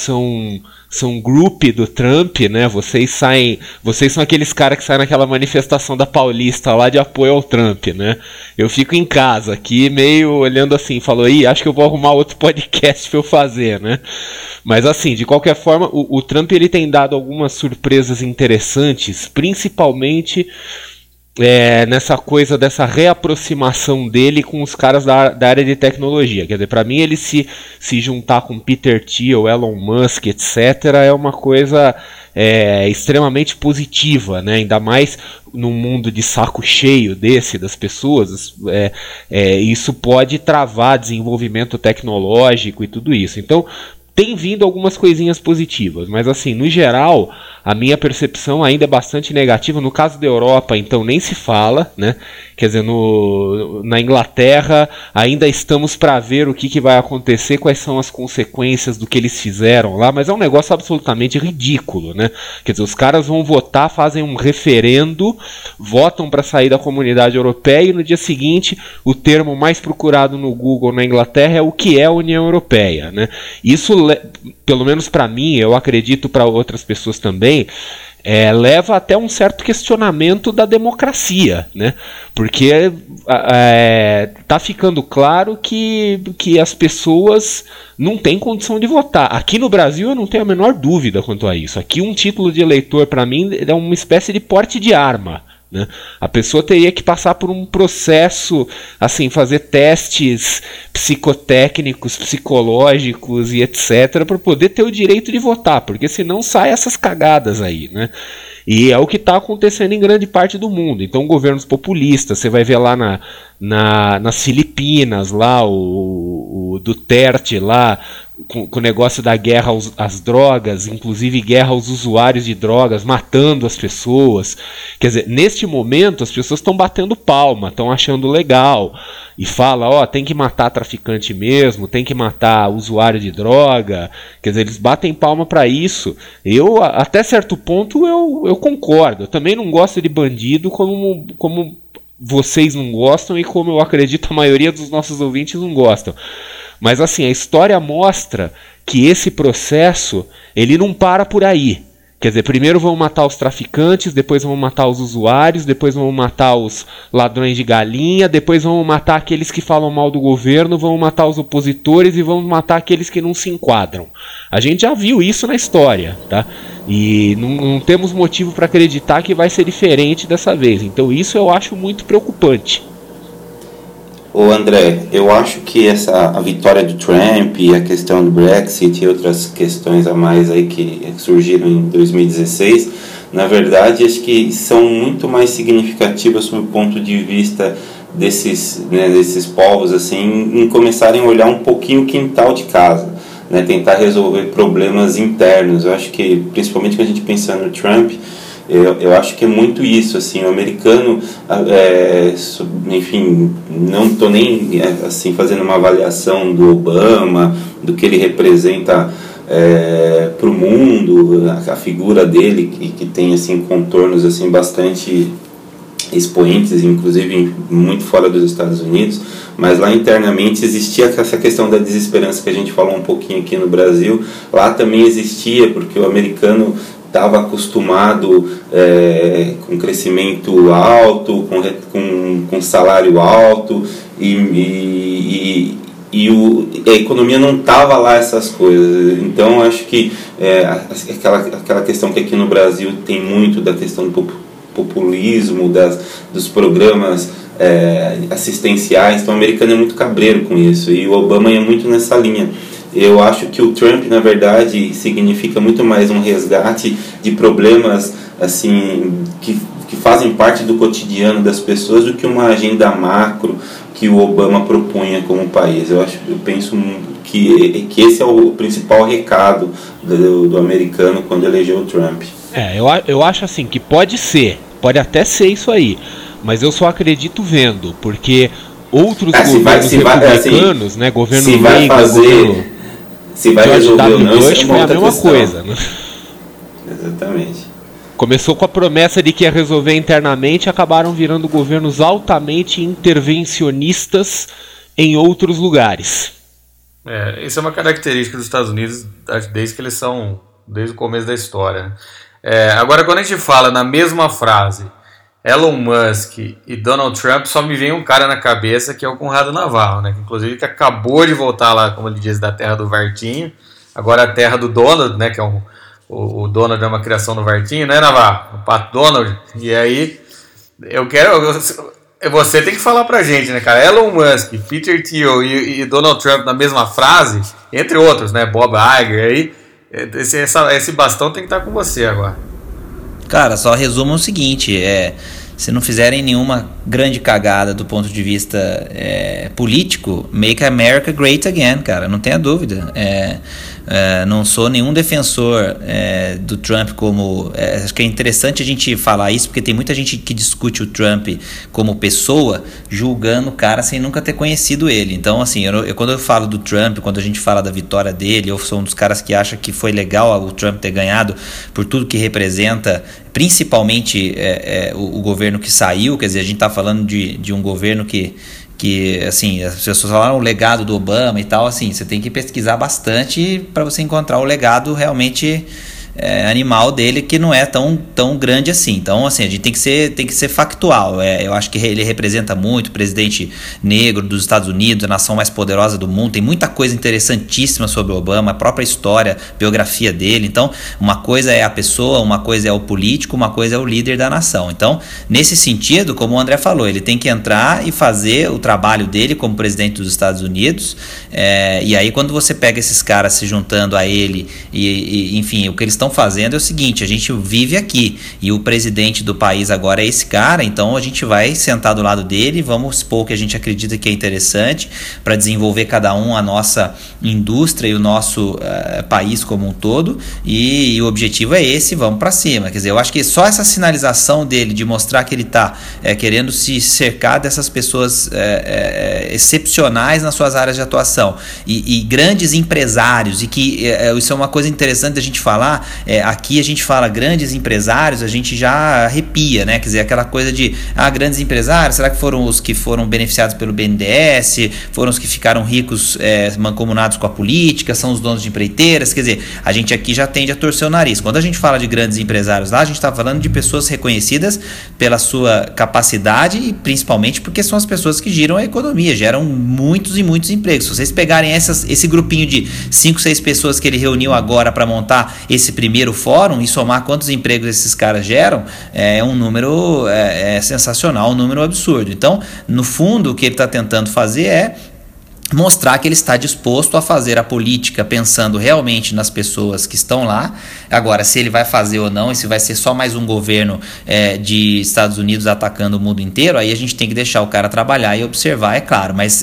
são group do Trump, né? Vocês são aqueles caras que saem naquela manifestação da Paulista lá de apoio ao Trump, né? Eu fico em casa aqui meio olhando assim, falou, acho que eu vou arrumar outro podcast pra eu fazer, né? Mas assim, de qualquer forma, o Trump ele tem dado algumas surpresas interessantes, principalmente nessa coisa dessa reaproximação dele com os caras da área de tecnologia. Quer dizer, para mim ele se juntar com Peter Thiel, Elon Musk, etc., é uma coisa extremamente positiva, né? Ainda mais num mundo de saco cheio das pessoas, isso pode travar desenvolvimento tecnológico e tudo isso. Então, tem vindo algumas coisinhas positivas, mas assim, no geral, a minha percepção ainda é bastante negativa. No caso da Europa, então, nem se fala, né? Quer dizer, na Inglaterra, ainda estamos para ver o que vai acontecer, quais são as consequências do que eles fizeram lá, mas é um negócio absolutamente ridículo, né? Quer dizer, os caras vão votar, fazem um referendo, votam para sair da Comunidade Europeia e no dia seguinte, o termo mais procurado no Google na Inglaterra é o que é a União Europeia, né? Isso, pelo menos para mim, eu acredito para outras pessoas também, leva até um certo questionamento da democracia, né? Porque tá ficando claro que as pessoas não têm condição de votar. Aqui no Brasil eu não tenho a menor dúvida quanto a isso. Aqui um título de eleitor para mim é uma espécie de porte de arma, né? A pessoa teria que passar por um processo, assim, fazer testes psicotécnicos, psicológicos e etc, para poder ter o direito de votar, porque senão sai essas cagadas aí, né? E é o que está acontecendo em grande parte do mundo. Então, governos populistas, você vai ver lá nas Filipinas, lá o Duterte lá, com o negócio da guerra às drogas, inclusive guerra aos usuários de drogas, matando as pessoas. Quer dizer, neste momento as pessoas estão batendo palma, estão achando legal, e fala, tem que matar traficante mesmo, tem que matar usuário de droga. Quer dizer, eles batem palma para isso. Eu, até certo ponto, eu concordo. Eu também não gosto de bandido como vocês não gostam e como eu acredito a maioria dos nossos ouvintes não gostam. Mas assim, a história mostra que esse processo, ele não para por aí. Quer dizer, primeiro vão matar os traficantes, depois vão matar os usuários, depois vão matar os ladrões de galinha, depois vão matar aqueles que falam mal do governo, vão matar os opositores e vão matar aqueles que não se enquadram. A gente já viu isso na história, tá? E não temos motivo para acreditar que vai ser diferente dessa vez. Então isso eu acho muito preocupante. Ô André, eu acho que a vitória do Trump e a questão do Brexit e outras questões a mais aí que surgiram em 2016, na verdade, acho que são muito mais significativas sob o ponto de vista desses povos, assim, em começarem a olhar um pouquinho o quintal de casa, né, tentar resolver problemas internos. Eu acho que, principalmente quando a gente pensa no Trump, Eu acho que é muito isso, assim, o americano, enfim, não estou nem assim, fazendo uma avaliação do Obama, do que ele representa para o mundo, a figura dele, que tem assim, contornos assim, bastante expoentes, inclusive muito fora dos Estados Unidos, mas lá internamente existia essa questão da desesperança que a gente falou um pouquinho aqui no Brasil. Lá também existia, porque o americano estava acostumado com crescimento alto, com salário alto, e a economia não estava lá essas coisas. Então acho que aquela questão que aqui no Brasil tem muito da questão do populismo, dos programas assistenciais. Então o americano é muito cabreiro com isso, e o Obama é muito nessa linha. Eu acho que o Trump, na verdade, significa muito mais um resgate de problemas assim, que fazem parte do cotidiano das pessoas, do que uma agenda macro que o Obama propunha como país. Eu penso que esse é o principal recado do americano quando elegeu o Trump. Eu acho assim que pode até ser isso aí, mas eu só acredito vendo, porque outros governos republicanos, né, governo Reagan, se vai resolver ou não, Bush, foi a mesma coisa, né? Exatamente. Começou com a promessa de que ia resolver internamente, e acabaram virando governos altamente intervencionistas em outros lugares. Isso é uma característica dos Estados Unidos desde o começo da história. Agora, quando a gente fala na mesma frase Elon Musk e Donald Trump, só me vem um cara na cabeça, que é o Conrado Navarro, né? Que inclusive que acabou de voltar lá, como ele diz, da terra do Vartinho, agora a terra do Donald, né? Que é o Donald é uma criação do Vartinho, né, Navarro? O Pato Donald. E aí, você tem que falar pra gente, né, cara? Elon Musk, Peter Thiel e Donald Trump na mesma frase, entre outros, né? Bob Iger, aí esse bastão tem que estar com você agora. Cara, só resumo o seguinte, se não fizerem nenhuma grande cagada do ponto de vista político, make America great again, cara, não tenha dúvida. Não sou nenhum defensor do Trump como... acho que é interessante a gente falar isso, porque tem muita gente que discute o Trump como pessoa, julgando o cara sem nunca ter conhecido ele. Então, assim, quando eu falo do Trump, quando a gente fala da vitória dele, eu sou um dos caras que acha que foi legal o Trump ter ganhado por tudo que representa, principalmente o governo que saiu. Quer dizer, a gente está falando de um governo que assim, as pessoas falaram o legado do Obama e tal, assim, você tem que pesquisar bastante para você encontrar o legado realmente animal dele, que não é tão grande assim. Então, assim, a gente tem que ser factual. Eu acho que ele representa muito o presidente negro dos Estados Unidos, a nação mais poderosa do mundo. Tem muita coisa interessantíssima sobre o Obama, a própria história, biografia dele. Então, uma coisa é a pessoa, uma coisa é o político, uma coisa é o líder da nação. Então, nesse sentido, como o André falou, ele tem que entrar e fazer o trabalho dele como presidente dos Estados Unidos. E aí, quando você pega esses caras se juntando a ele, enfim, o que eles estão fazendo é o seguinte: a gente vive aqui e o presidente do país agora é esse cara, então a gente vai sentar do lado dele, vamos expor o que a gente acredita que é interessante para desenvolver cada um a nossa indústria e o nosso país como um todo, e o objetivo é esse, vamos para cima. Quer dizer, eu acho que só essa sinalização dele de mostrar que ele está querendo se cercar dessas pessoas excepcionais nas suas áreas de atuação e grandes empresários, e que isso é uma coisa interessante da gente falar. Aqui a gente fala grandes empresários, a gente já arrepia, né? Quer dizer, aquela coisa de grandes empresários, será que foram os que foram beneficiados pelo BNDES, foram os que ficaram ricos mancomunados com a política, são os donos de empreiteiras? Quer dizer, a gente aqui já tende a torcer o nariz. Quando a gente fala de grandes empresários lá, a gente está falando de pessoas reconhecidas pela sua capacidade e principalmente porque são as pessoas que giram a economia, geram muitos e muitos empregos. Se vocês pegarem esse grupinho de 5, 6 pessoas que ele reuniu agora para montar esse primeiro fórum e somar quantos empregos esses caras geram, é um número sensacional, um número absurdo. Então, no fundo, o que ele está tentando fazer é mostrar que ele está disposto a fazer a política pensando realmente nas pessoas que estão lá. Agora, se ele vai fazer ou não, e se vai ser só mais um governo de Estados Unidos atacando o mundo inteiro, aí a gente tem que deixar o cara trabalhar e observar, é claro. Mas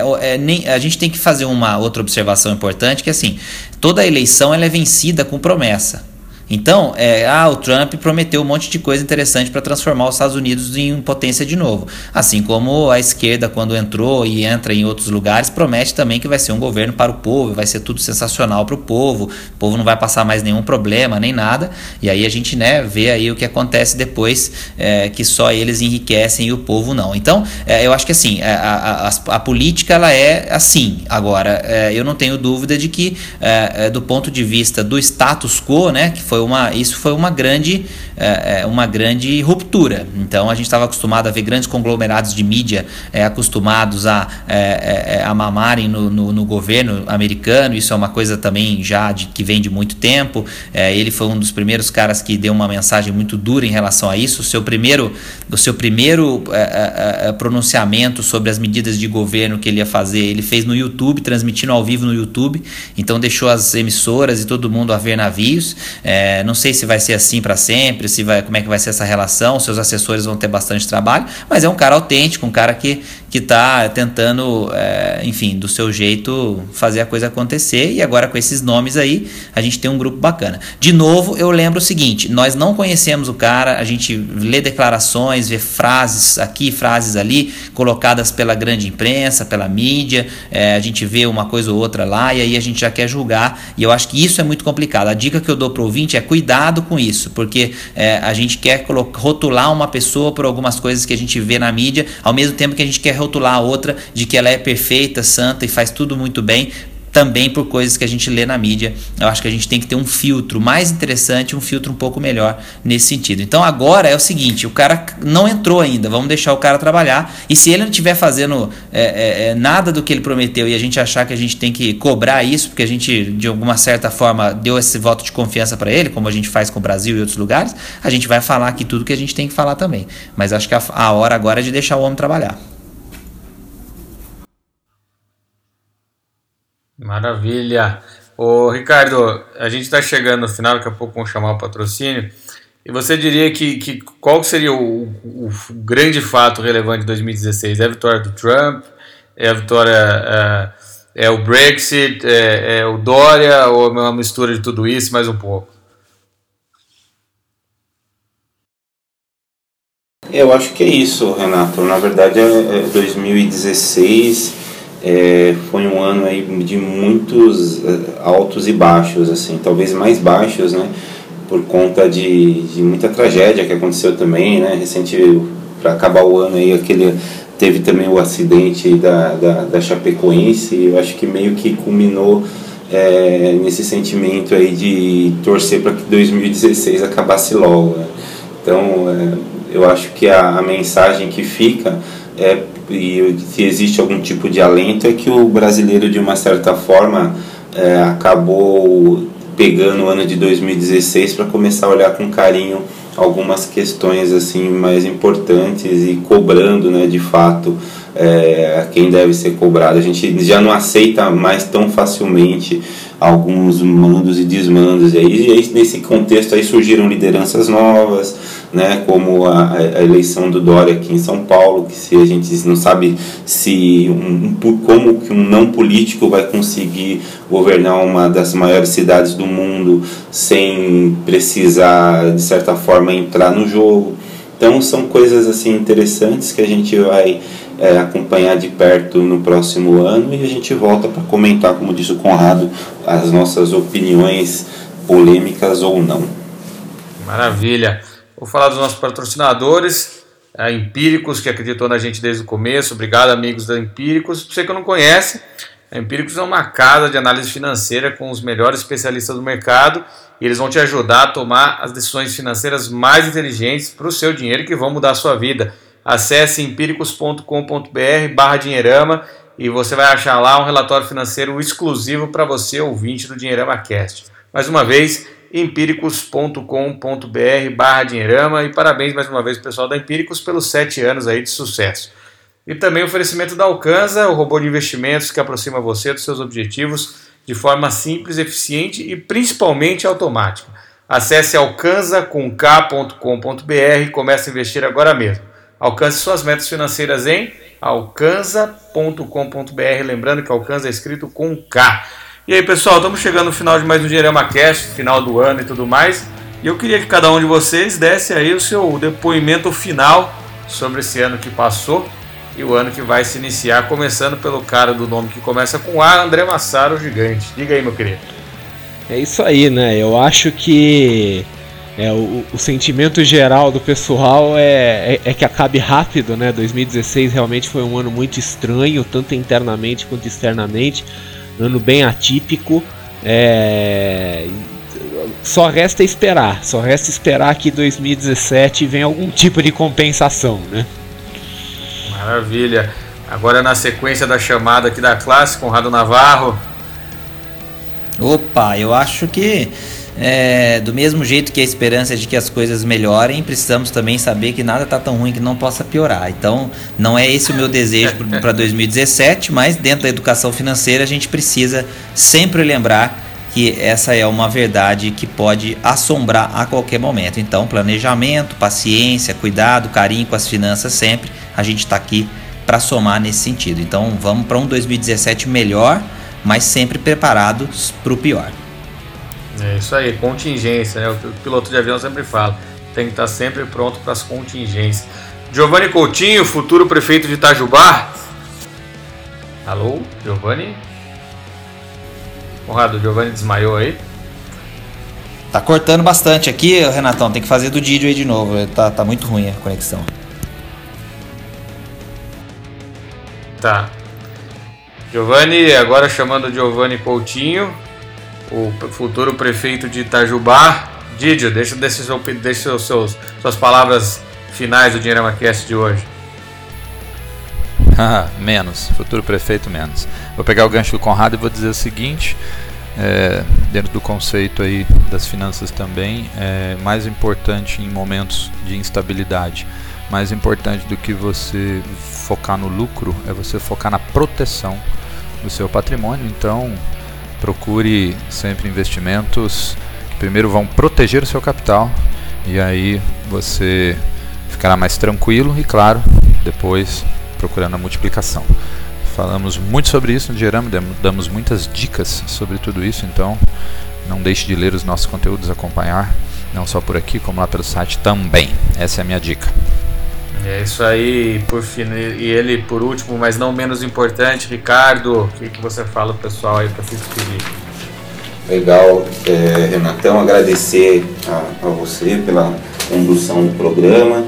a gente tem que fazer uma outra observação importante, que assim, toda eleição ela é vencida com promessa. Então, o Trump prometeu um monte de coisa interessante para transformar os Estados Unidos em potência de novo. Assim como a esquerda, quando entrou e entra em outros lugares, promete também que vai ser um governo para o povo, vai ser tudo sensacional para o povo não vai passar mais nenhum problema, nem nada. E aí a gente, vê aí o que acontece depois, que só eles enriquecem e o povo não. Então, eu acho que assim, a política ela é assim. Agora, eu não tenho dúvida de que, do ponto de vista do status quo, que isso foi uma grande ruptura. Então a gente estava acostumado a ver grandes conglomerados de mídia acostumados a mamarem no governo americano. Isso é uma coisa também já que vem de muito tempo. Ele foi um dos primeiros caras que deu uma mensagem muito dura em relação a isso. O seu primeiro pronunciamento sobre as medidas de governo que ele ia fazer, ele fez no YouTube, transmitindo ao vivo no YouTube. Então deixou as emissoras e todo mundo a ver navios. Não sei se vai ser assim para sempre, como é que vai ser essa relação. Seus assessores vão ter bastante trabalho, mas é um cara autêntico, um cara que está tentando, enfim, do seu jeito fazer a coisa acontecer. E agora com esses nomes aí, a gente tem um grupo bacana. De novo, eu lembro o seguinte: nós não conhecemos o cara, a gente lê declarações, vê frases aqui, frases ali, colocadas pela grande imprensa, pela mídia, a gente vê uma coisa ou outra lá e aí a gente já quer julgar, e eu acho que isso é muito complicado. A dica que eu dou para o ouvinte é cuidado com isso, porque a gente quer rotular uma pessoa por algumas coisas que a gente vê na mídia, ao mesmo tempo que a gente quer rotular a outra de que ela é perfeita, santa e faz tudo muito bem, também por coisas que a gente lê na mídia. Eu acho que a gente tem que ter um filtro mais interessante, um filtro um pouco melhor nesse sentido. Então agora é o seguinte: o cara não entrou ainda, vamos deixar o cara trabalhar, e se ele não estiver fazendo nada do que ele prometeu e a gente achar que a gente tem que cobrar isso, porque a gente de alguma certa forma deu esse voto de confiança para ele, como a gente faz com o Brasil e outros lugares, a gente vai falar aqui tudo que a gente tem que falar também. Mas acho que a hora agora é de deixar o homem trabalhar. Maravilha. Ô Ricardo, a gente está chegando no final, daqui a pouco vamos chamar o patrocínio. E você diria que qual seria o grande fato relevante de 2016? É a vitória do Trump? É a vitória, é o Brexit? É o Dória? Ou é uma mistura de tudo isso, mais um pouco? Eu acho que é isso, Renato. Na verdade, 2016 foi um ano aí de muitos altos e baixos, assim, talvez mais baixos, por conta de muita tragédia que aconteceu também, recente, para acabar o ano aí, teve também o acidente da Chapecoense. Eu acho que meio que culminou nesse sentimento aí de torcer para que 2016 acabasse logo, Então, eu acho que a mensagem que fica e se existe algum tipo de alento é que o brasileiro, de uma certa forma, acabou pegando o ano de 2016 para começar a olhar com carinho algumas questões assim mais importantes e cobrando, de fato, quem deve ser cobrado. A gente já não aceita mais tão facilmente alguns mandos e desmandos, e aí nesse contexto aí surgiram lideranças novas, como a eleição do Dória aqui em São Paulo, que se a gente não sabe como que um não político vai conseguir governar uma das maiores cidades do mundo sem precisar, de certa forma, entrar no jogo. Então são coisas assim interessantes que a gente vai acompanhar de perto no próximo ano, e a gente volta para comentar, como disse o Conrado, as nossas opiniões polêmicas ou não. Maravilha. Vou falar dos nossos patrocinadores, a Empíricos, que acreditou na gente desde o começo. Obrigado, amigos da Empíricos. Para você que não conhece, a Empíricos é uma casa de análise financeira com os melhores especialistas do mercado, e eles vão te ajudar a tomar as decisões financeiras mais inteligentes para o seu dinheiro, que vão mudar a sua vida. Acesse empiricos.com.br/dinheirama e você vai achar lá um relatório financeiro exclusivo para você, ouvinte do Dinheirama Cast. Mais uma vez, empiricos.com.br/dinheirama, e parabéns mais uma vez ao pessoal da Empíricos pelos 7 anos aí de sucesso. E também o oferecimento da Alcanza, o robô de investimentos que aproxima você dos seus objetivos de forma simples, eficiente e principalmente automática. Acesse alcanza.com.br e comece a investir agora mesmo. Alcance suas metas financeiras em alcanza.com.br, lembrando que Alcanza é escrito com K. E aí, pessoal, estamos chegando no final de mais um Dinheirama Cast, final do ano e tudo mais. E eu queria que cada um de vocês desse aí o seu depoimento final sobre esse ano que passou e o ano que vai se iniciar, começando pelo cara do nome que começa com A, André Massaro, o gigante. Diga aí, meu querido. É isso aí, né? Eu acho que o sentimento geral do pessoal é que acabe rápido, né? 2016 realmente foi um ano muito estranho, tanto internamente quanto externamente. Um ano bem atípico. Só resta esperar que 2017 venha algum tipo de compensação, né? Maravilha. Agora na sequência da chamada aqui da classe, Conrado Navarro. Opa, eu acho que do mesmo jeito que a esperança é de que as coisas melhorem, precisamos também saber que nada está tão ruim que não possa piorar. Então, não é esse o meu desejo para 2017, mas dentro da educação financeira a gente precisa sempre lembrar que essa é uma verdade que pode assombrar a qualquer momento. Então, planejamento, paciência, cuidado, carinho com as finanças sempre, a gente está aqui para somar nesse sentido. Então, vamos para um 2017 melhor, mas sempre preparados para o pior. É isso aí, contingência, né? O piloto de avião sempre fala, tem que estar sempre pronto para as contingências. Giovanni Coutinho, futuro prefeito de Itajubá. Alô, Giovanni? Conrado, o Giovanni desmaiou aí? Tá cortando bastante aqui, Renatão, tem que fazer do Didio aí de novo, tá muito ruim a conexão. Tá. Giovanni, agora chamando o Giovanni Coutinho, o futuro prefeito de Itajubá. Didio, deixa suas palavras finais do Dinheirama Cast de hoje. Menos, futuro prefeito menos. Vou pegar o gancho do Conrado e vou dizer o seguinte, dentro do conceito aí das finanças também, mais importante em momentos de instabilidade, mais importante do que você focar no lucro, é você focar na proteção do seu patrimônio. Então, procure sempre investimentos que primeiro vão proteger o seu capital, e aí você ficará mais tranquilo e, claro, depois procurando a multiplicação. Falamos muito sobre isso no Dinheirama, damos muitas dicas sobre tudo isso, então não deixe de ler os nossos conteúdos, acompanhar, não só por aqui, como lá pelo site também. Essa é a minha dica. É isso aí, e ele por último, mas não menos importante, Ricardo, o que você fala pro pessoal aí para se despedir? Legal, Renatão, agradecer a você pela condução do programa.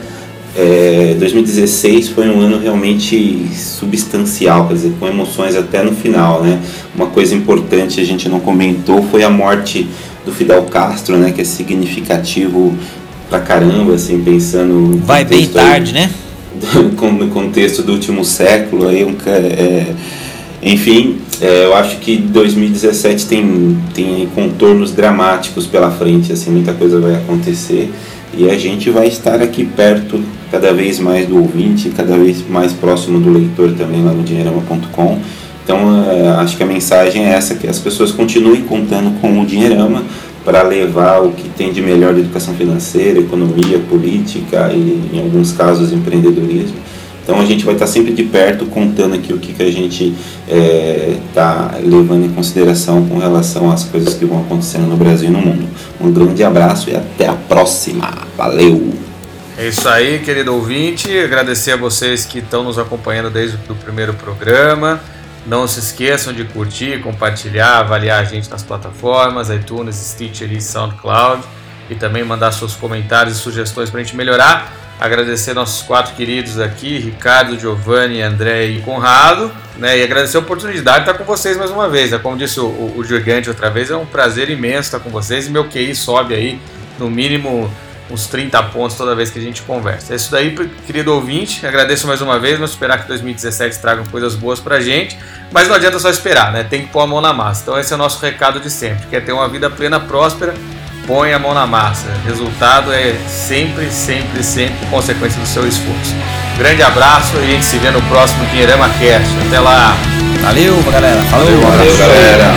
2016 foi um ano realmente substancial, quer dizer, com emoções até no final, né? Uma coisa importante a gente não comentou foi a morte do Fidel Castro, né? Que é significativo pra caramba, assim, pensando... Vai bem tarde, né? No contexto do último século, aí, enfim, eu acho que 2017 tem contornos dramáticos pela frente, assim, muita coisa vai acontecer. E a gente vai estar aqui perto cada vez mais do ouvinte, cada vez mais próximo do leitor também lá no Dinheirama.com. Então acho que a mensagem é essa, que as pessoas continuem contando com o Dinheirama para levar o que tem de melhor de educação financeira, economia, política e, em alguns casos, empreendedorismo. Então a gente vai estar sempre de perto contando aqui o que a gente está levando em consideração com relação às coisas que vão acontecendo no Brasil e no mundo. Um grande abraço e até a próxima. Valeu! É isso aí, querido ouvinte. Agradecer a vocês que estão nos acompanhando desde o primeiro programa. Não se esqueçam de curtir, compartilhar, avaliar a gente nas plataformas, iTunes, Stitcher e SoundCloud. E também mandar seus comentários e sugestões para a gente melhorar. Agradecer nossos 4 queridos aqui, Ricardo, Giovanni, André e Conrado, né? E agradecer a oportunidade de estar com vocês mais uma vez, né? Como disse o Gigante outra vez, é um prazer imenso estar com vocês, e meu QI sobe aí no mínimo uns 30 pontos toda vez que a gente conversa. É isso daí, querido ouvinte, agradeço mais uma vez, vamos esperar que 2017 tragam coisas boas pra gente, mas não adianta só esperar, né? Tem que pôr a mão na massa. Então esse é o nosso recado de sempre, quer ter uma vida plena, próspera, põe a mão na massa. Resultado é sempre consequência do seu esforço. Grande abraço e a gente se vê no próximo Dinheirama Cast. Até lá. Valeu, galera. Falou. Valeu, galera.